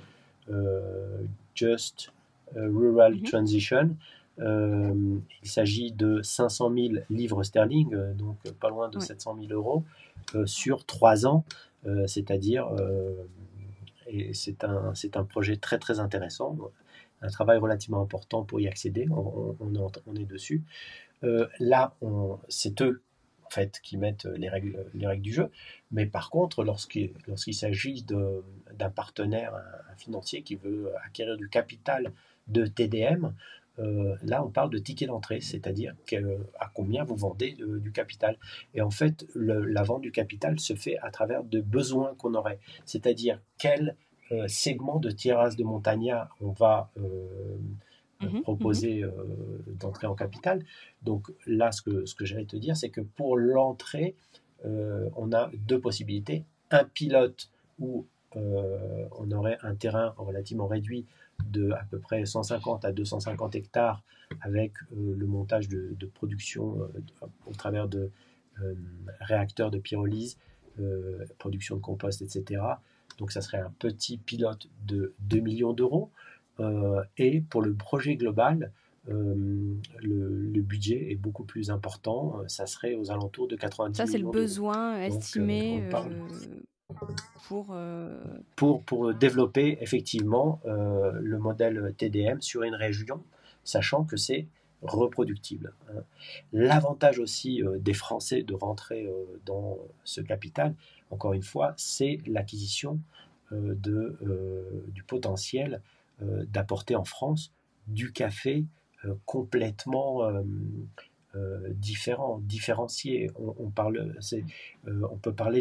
S2: Just Rural
S1: Mmh.
S2: Transition. Il s'agit de 500 000 livres sterling, donc pas loin de
S1: Ouais.
S2: 700 000 euros, sur 3 ans, c'est-à-dire, et c'est un projet très très intéressant, un travail relativement important pour y accéder, on est dessus. Là, c'est eux en fait qui mettent les règles du jeu. Mais par contre, lorsqu'il s'agit d'un partenaire, un financier qui veut acquérir du capital de TDM, là on parle de ticket d'entrée, c'est-à-dire à combien vous vendez du capital. Et en fait, la vente du capital se fait à travers de besoins qu'on aurait, c'est-à-dire quel segment de Tierras de Montagna on va
S1: Mmh mh. Mmh.
S2: proposer d'entrer en capital. Donc là, ce que j'allais te dire, c'est que pour l'entrée, on a deux possibilités. Un pilote où on aurait un terrain relativement réduit de à peu près 150 à 250 hectares avec le montage de production au travers de réacteurs de pyrolyse, production de compost, etc. Donc ça serait un petit pilote de 2 millions d'euros. Et pour le projet global, le budget est beaucoup plus important. Ça serait aux alentours de 90
S1: Ça, c'est le
S2: millions d'euros.
S1: besoin
S2: Donc,
S1: estimé,
S2: on parle
S1: pour,
S2: pour développer effectivement le modèle TDM sur une région, sachant que c'est reproductible, hein. L'avantage aussi des Français de rentrer dans ce capital, encore une fois, c'est l'acquisition du potentiel d'apporter en France du café complètement différencié. On peut parler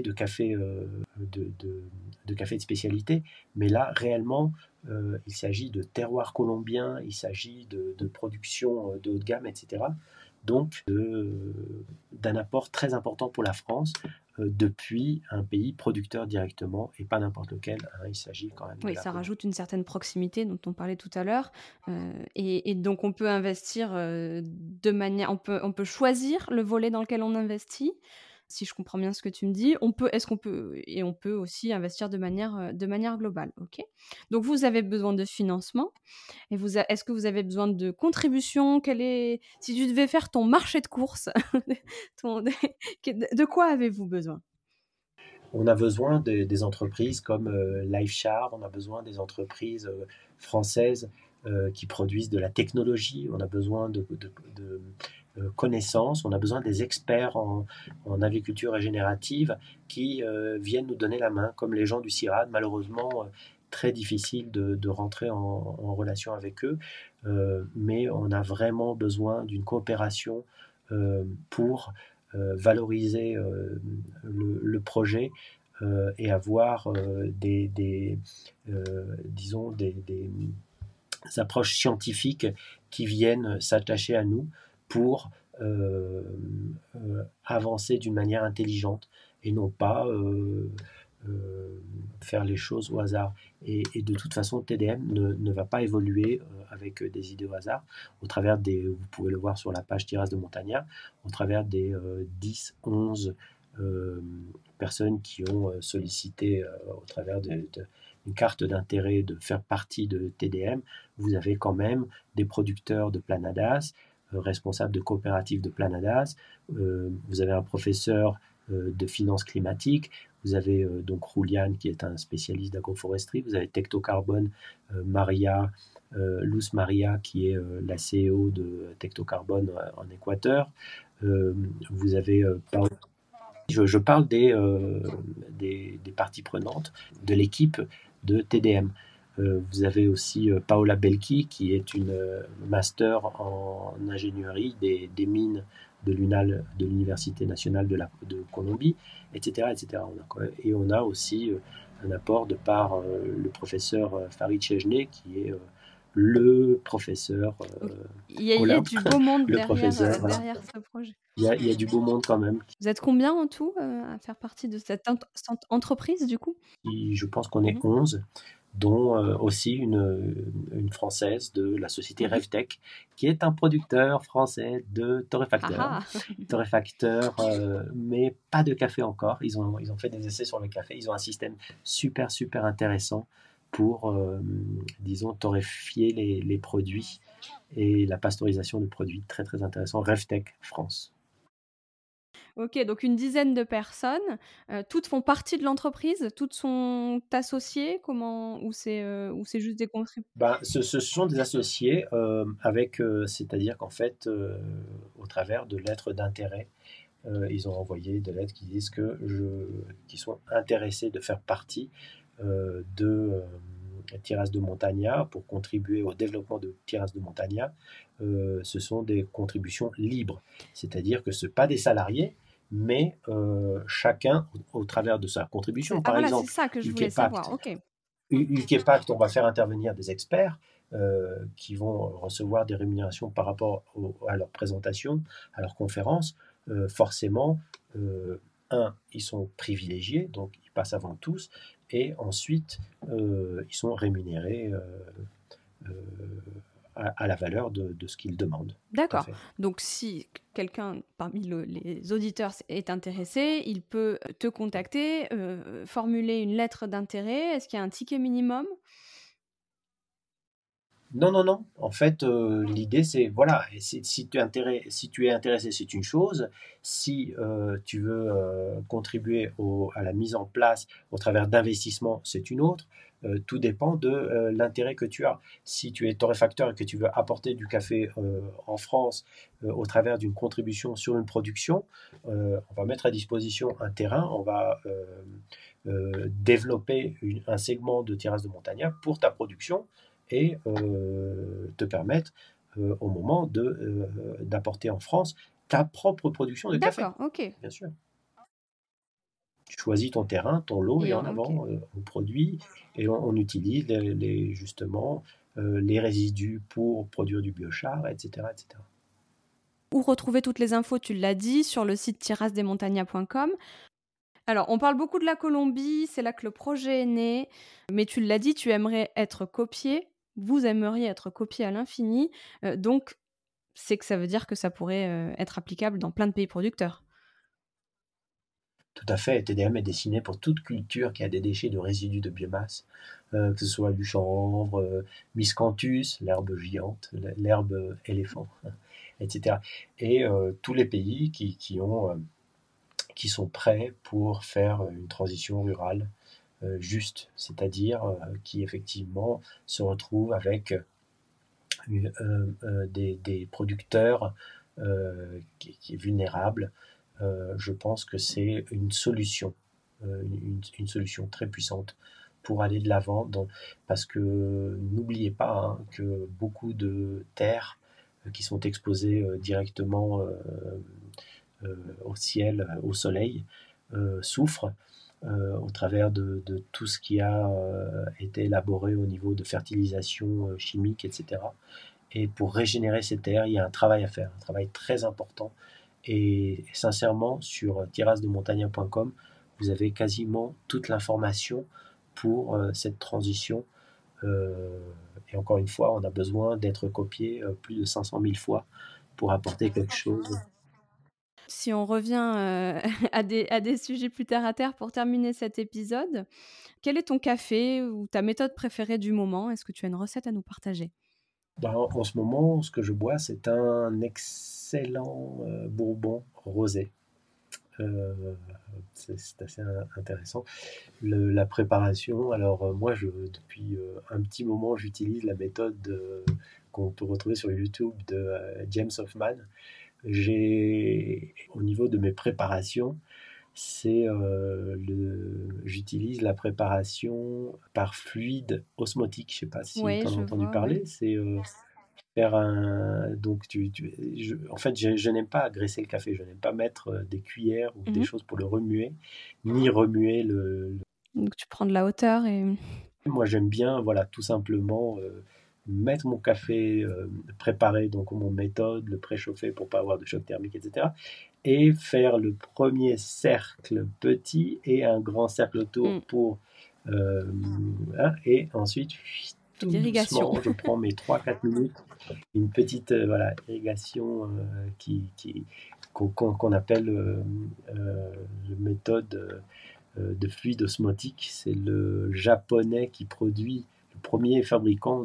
S2: de café de spécialité, mais là, réellement, il s'agit de terroir colombien, il s'agit de production de haut de gamme, etc. donc d'un apport très important pour la France depuis un pays producteur directement et pas n'importe lequel. Hein, il s'agit quand même de
S1: Oui,
S2: la
S1: ça
S2: Pologne.
S1: rajoute une certaine proximité dont on parlait tout à l'heure. Et donc on peut investir de manière. On peut choisir le volet dans lequel on investit, si je comprends bien ce que tu me dis. On peut aussi investir de manière globale. Ok. Donc vous avez besoin de financement. Est-ce que vous avez besoin de contribution? Si tu devais faire ton marché de course, de quoi avez-vous besoin?
S2: On a besoin des entreprises comme LifeShare, on a besoin des entreprises françaises qui produisent de la technologie, on a besoin de connaissances, on a besoin des experts en agriculture régénérative qui viennent nous donner la main, comme les gens du CIRAD. Malheureusement, très difficile de rentrer en relation avec eux, mais on a vraiment besoin d'une coopération pour valoriser le projet et avoir disons des approches scientifiques qui viennent s'attacher à nous pour avancer d'une manière intelligente et non pas faire les choses au hasard. Et de toute façon, TDM ne va pas évoluer avec des idées au hasard, vous pouvez le voir sur la page Tiras de Montagna, au travers des 10, 11 personnes qui ont sollicité au travers une carte d'intérêt de faire partie de TDM. Vous avez quand même des producteurs de Planadas, responsables de coopératives de Planadas, vous avez un professeur de finances climatiques, vous avez donc Rouliane qui est un spécialiste d'agroforesterie, vous avez Tectocarbone, Maria, Luz Maria qui est la CEO de Tectocarbone en Équateur, vous avez je parle des parties prenantes de l'équipe de TDM. Vous avez aussi Paola Belki, qui est une master en ingénierie des mines de l'Université nationale de Colombie, etc. etc. Et on a aussi un apport de par le professeur Farid Chejne, qui est le professeur
S1: Donc, il y a
S2: Olympe,
S1: du beau monde
S2: le professeur. Voilà.
S1: derrière ce projet.
S2: Il y a du beau monde quand même.
S1: Vous êtes combien en tout à faire partie de cette entreprise du coup?
S2: Je pense qu'on est
S1: Mhm.
S2: 11, dont aussi une française de la société
S1: Mhm.
S2: RevTech, qui est un producteur français de torréfacteurs.
S1: Ah ah.
S2: Torréfacteurs, mais pas de café encore. Ils ont fait des essais sur le café. Ils ont un système super, super intéressant pour, disons, torréfier les produits et la pasteurisation de produits. Très, très intéressant. RevTech France.
S1: Ok, donc une dizaine de personnes, toutes font partie de l'entreprise, toutes sont associées, ou c'est juste des contributeurs?
S2: Ben, ce sont des associés c'est-à-dire qu'en fait, au travers de lettres d'intérêt, ils ont envoyé des lettres qui disent qu'ils sont intéressés de faire partie de Tiras de Montagna pour contribuer au développement de Tiras de Montagna. Ce sont des contributions libres, c'est-à-dire que ce pas des salariés, mais chacun, au travers de sa contribution.
S1: Ah
S2: Par
S1: voilà, c'est
S2: exemple,
S1: ça que je voulais savoir.
S2: Ulkepact,
S1: Ok.
S2: Ulkepact, on va faire intervenir des experts qui vont recevoir des rémunérations par rapport à leur présentation, à leur conférence. Forcément, ils sont privilégiés, donc ils passent avant tous, et ensuite, ils sont rémunérés euh, à la valeur de ce qu'ils demandent. Tout à
S1: D'accord.
S2: fait.
S1: Donc si quelqu'un parmi les auditeurs est intéressé, il peut te contacter, formuler une lettre d'intérêt. Est-ce qu'il y a un ticket minimum?
S2: Non, non, non. En fait, l'idée, c'est, voilà, et si tu es intéressé, c'est une chose. Si tu veux contribuer à la mise en place au travers d'investissements, c'est une autre. Tout dépend de l'intérêt que tu as. Si tu es torréfacteur et que tu veux apporter du café en France au travers d'une contribution sur une production, on va mettre à disposition un terrain, on va développer un segment de terrasse de Montagnac pour ta production et te permettre au moment d'apporter en France ta propre production de café,
S1: D'accord, ok.
S2: bien sûr. Tu choisis ton terrain, ton lot et en
S1: Ok.
S2: avant on produit et on utilise justement les résidus pour produire du biochar, etc., etc.
S1: Où retrouver toutes les infos, tu l'as dit, sur le site terrasdesmontagnas.com. Alors, on parle beaucoup de la Colombie, c'est là que le projet est né, mais tu l'as dit, tu aimerais être copié, vous aimeriez être copié à l'infini, donc c'est que ça veut dire que ça pourrait, être applicable dans plein de pays producteurs.
S2: Tout à fait, TDM est dessiné pour toute culture qui a des déchets de résidus de biomasse, que ce soit du chanvre, miscanthus, l'herbe géante, l'herbe éléphant, etc. Et tous les pays qui sont prêts pour faire une transition rurale juste, c'est-à-dire qui effectivement se retrouvent avec des producteurs qui est vulnérable. Je pense que c'est une solution, une solution très puissante pour aller de l'avant, parce que n'oubliez pas hein, que beaucoup de terres qui sont exposées directement au ciel, au soleil, souffrent au travers de tout ce qui a été élaboré au niveau de fertilisation chimique, etc. Et pour régénérer ces terres, il y a un travail à faire, un travail très important. Et sincèrement, sur terrasdemontagne.com, vous avez quasiment toute l'information pour cette transition. Et encore une fois, on a besoin d'être copié plus de 500 000 fois pour apporter quelque chose.
S1: Si on revient, à des sujets plus terre à terre pour terminer cet épisode, quel est ton café ou ta méthode préférée du moment? Est-ce que tu as une recette à nous partager?
S2: Ben, en ce moment, ce que je bois, c'est un excellent bourbon rosé. Euh, c'est assez intéressant. La préparation, alors moi, depuis un petit moment, j'utilise la méthode qu'on peut retrouver sur YouTube de James Hoffman. Au niveau de mes préparations, j'utilise la préparation par fluide osmotique. Je ne sais pas si
S1: Oui,
S2: tu en as
S1: je
S2: entendu
S1: vois, ouais.
S2: parler. C'est faire un. Donc, en fait, je n'aime pas graisser le café. Je n'aime pas mettre des cuillères ou des
S1: Mmh.
S2: choses pour le remuer, ni remuer
S1: Donc tu prends de la hauteur et
S2: Moi, j'aime bien, voilà, tout simplement mettre mon café préparé, donc mon méthode, le préchauffer pour pas avoir de choc thermique, etc. Et faire le premier cercle petit et un grand cercle autour
S1: mmh,
S2: pour. Hein, et ensuite, tout
S1: l'irrigation.
S2: doucement, je prends mes 3 4 minutes, une petite voilà, irrigation qu'on appelle la méthode de fluide osmotique. C'est le japonais qui produit, le premier fabricant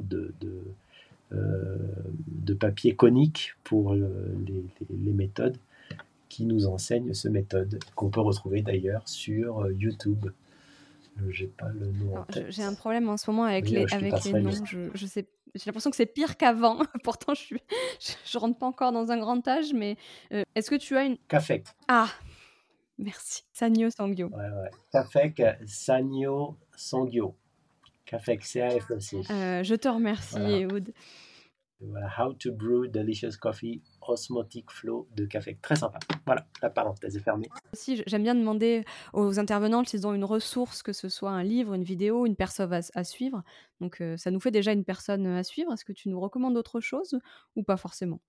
S2: de papier conique pour les méthodes, qui nous enseigne cette méthode, qu'on peut retrouver d'ailleurs sur YouTube. J'ai pas le nom en
S1: Alors j'ai un
S2: tête,
S1: problème en ce moment
S2: mais je te
S1: avec les
S2: passerai le.
S1: noms. Je sais j'ai l'impression que c'est pire qu'avant. Pourtant je rentre pas encore dans un grand âge, mais, est-ce que tu as une
S2: Café.
S1: ah! Merci. Sanyo Sangyo.
S2: Ouais, ouais. Café Sanyo Sangyo. Café CAFEC.
S1: Je te remercie,
S2: Voilà.
S1: Ehud.
S2: Voilà, How to Brew Delicious Coffee, Osmotic Flow de café. Très sympa. Voilà, la parenthèse est fermée.
S1: Aussi, j'aime bien demander aux intervenants s'ils ont une ressource, que ce soit un livre, une vidéo, une personne à suivre. Donc, ça nous fait déjà une personne, à suivre. Est-ce que tu nous recommandes autre chose ou pas forcément?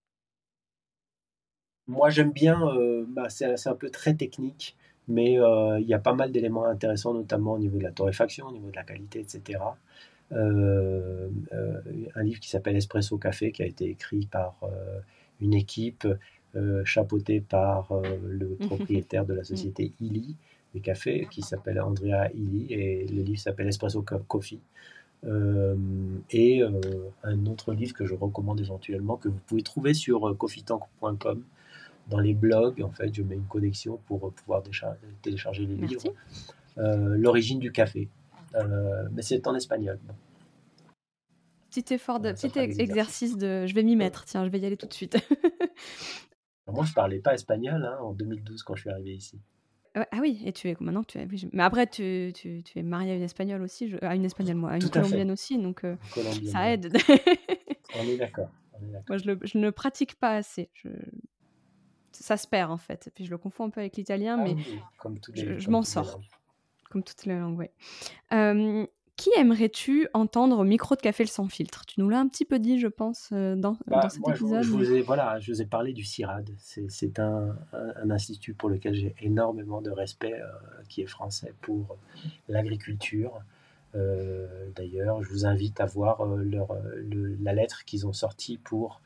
S2: Moi, j'aime bien, bah, c'est un peu très technique, mais il y a pas mal d'éléments intéressants, notamment au niveau de la torréfaction, au niveau de la qualité, etc. Un livre qui s'appelle Espresso Café, qui a été écrit par une équipe chapeautée par le propriétaire de la
S1: Mmh.
S2: société Illy, des cafés, qui s'appelle Andrea Illy, et le livre s'appelle Espresso Coffee. Et un autre livre que je recommande éventuellement, que vous pouvez trouver sur coffeetank.com. Dans les blogs, en fait, je mets une connexion pour pouvoir télécharger les livres.
S1: Merci.
S2: L'origine du café. Mais c'est en espagnol. Bon, ça
S1: Petit
S2: fera des exercices.
S1: exercice de je vais m'y mettre, tiens, je vais y aller tout de suite.
S2: Alors moi, je parlais pas espagnol hein, en 2012 quand je suis arrivé ici.
S1: Ah oui, et tu es maintenant tu es oui, mais après tu es mariée à une espagnole aussi, à une espagnole moi, à une
S2: Tout à fait.
S1: colombienne aussi, donc
S2: Colombienne,
S1: ça
S2: ouais.
S1: aide.
S2: On est d'accord. On est
S1: Moi
S2: d'accord.
S1: je ne pratique pas assez, ça se perd en fait, et puis je le confonds un peu avec l'italien,
S2: Ah
S1: mais
S2: oui, oui,
S1: je
S2: comme
S1: m'en
S2: toutes les
S1: sors,
S2: langues.
S1: comme toutes les langues, ouais. Hem, Qui aimerais-tu entendre au micro de Café sans filtre? Tu nous l'as un petit peu dit, je pense, dans cet
S2: Moi,
S1: épisode.
S2: je vous ai parlé du CIRAD. C'est un institut pour lequel j'ai énormément de respect, qui est français pour l'agriculture. D'ailleurs, je vous invite à voir la lettre qu'ils ont sortie pour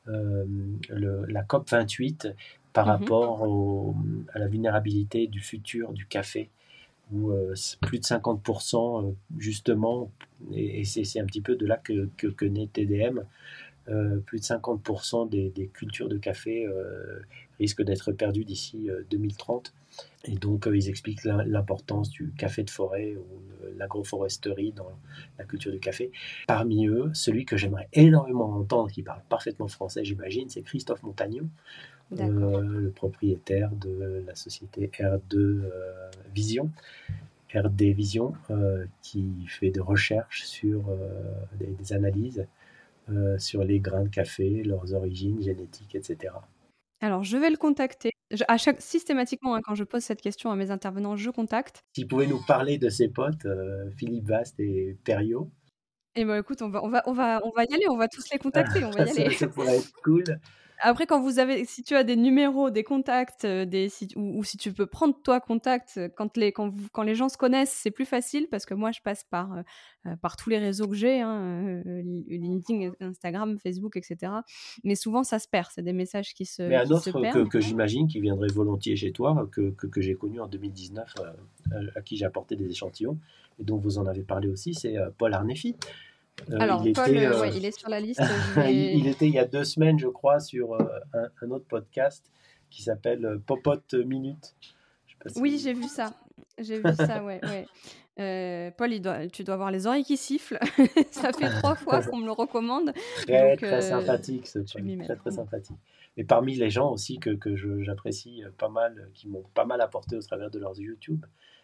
S2: la COP 28 par rapport à la vulnérabilité du futur du café, où plus de 50%, justement, et c'est un petit peu de là que naît TDM, plus de 50% des cultures de café risquent d'être perdues d'ici 2030. Et donc, ils expliquent l'importance du café de forêt ou de l'agroforesterie dans la culture du café. Parmi eux, celui que j'aimerais énormément entendre, qui parle parfaitement français, j'imagine, c'est Christophe Montagnon, le propriétaire de la société RD Vision, qui fait des recherches sur des analyses sur les grains de café, leurs origines génétiques, etc.
S1: Alors, je vais le contacter. Systématiquement, quand je pose cette question à mes intervenants, je contacte.
S2: S'il pouvait nous parler de ses potes, Philippe Vaste et Perriot.
S1: Et ben écoute, on va y aller, on va tous les contacter, on va y aller.
S2: Ça pourrait être cool.
S1: Après, si tu as des numéros, des contacts, ou si tu peux prendre toi contact, quand les gens se connaissent, c'est plus facile parce que moi, je passe par tous les réseaux que j'ai, LinkedIn, Instagram, Facebook, etc. Mais souvent, ça se perd. C'est des messages qui se
S2: Mais un autre
S1: perdent.
S2: que j'imagine qui viendrait volontiers chez toi, que j'ai connu en 2019, à qui j'ai apporté des échantillons, et dont vous en avez parlé aussi, c'est Paul Arnefi.
S1: Alors, Paul, il est sur la liste.
S2: Il était il y a 2 semaines, je crois, sur un autre podcast qui s'appelle Popote Minute.
S1: Oui, j'ai vu ça. Ouais. Paul, tu dois avoir les oreilles qui sifflent. Ça fait 3 fois qu'on me le recommande.
S2: Très sympathique, ce Paul. Très sympathique. Et parmi les gens aussi que j'apprécie pas mal, qui m'ont pas mal apporté au travers de leurs YouTube,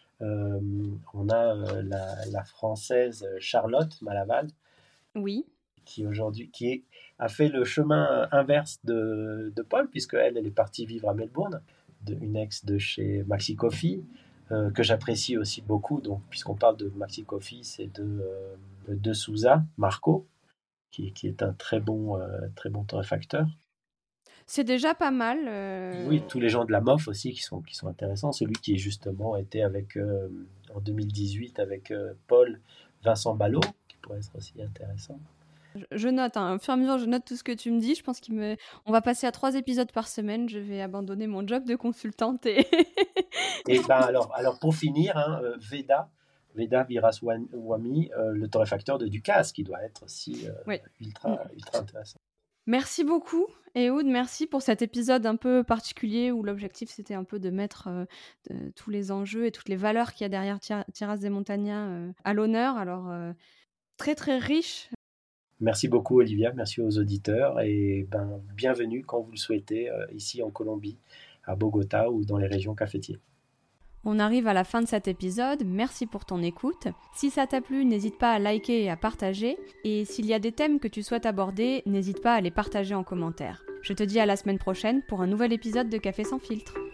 S2: on a la française Charlotte Malaval.
S1: Oui.
S2: Qui aujourd'hui a fait le chemin inverse de Paul, puisque elle est partie vivre à Melbourne, une ex de chez Maxi Coffee, que j'apprécie aussi beaucoup. Donc, puisqu'on parle de Maxi Coffee, c'est de Souza, Marco, qui est un très bon torréfacteur.
S1: C'est déjà pas mal.
S2: Oui, tous les gens de la MOF aussi qui sont intéressants. Celui qui justement était en 2018 avec Paul Vincent Ballot, qui pourrait être aussi intéressant.
S1: Je note, au fur et à mesure, je note tout ce que tu me dis. Je pense on va passer à 3 épisodes par semaine. Je vais abandonner mon job de consultante. Et
S2: alors pour finir, Veda Viraswamy, le torréfacteur de Ducasse, qui doit être aussi ultra intéressant.
S1: Merci beaucoup, Ehud. Merci pour cet épisode un peu particulier où l'objectif, c'était un peu de mettre tous les enjeux et toutes les valeurs qu'il y a derrière Tierras de Montaña à l'honneur. Alors, très, très riche.
S2: Merci beaucoup, Olivia. Merci aux auditeurs. Et bienvenue quand vous le souhaitez ici en Colombie, à Bogota ou dans les régions cafetiers.
S1: On arrive à la fin de cet épisode, merci pour ton écoute. Si ça t'a plu, n'hésite pas à liker et à partager. Et s'il y a des thèmes que tu souhaites aborder, n'hésite pas à les partager en commentaire. Je te dis à la semaine prochaine pour un nouvel épisode de Café sans filtre.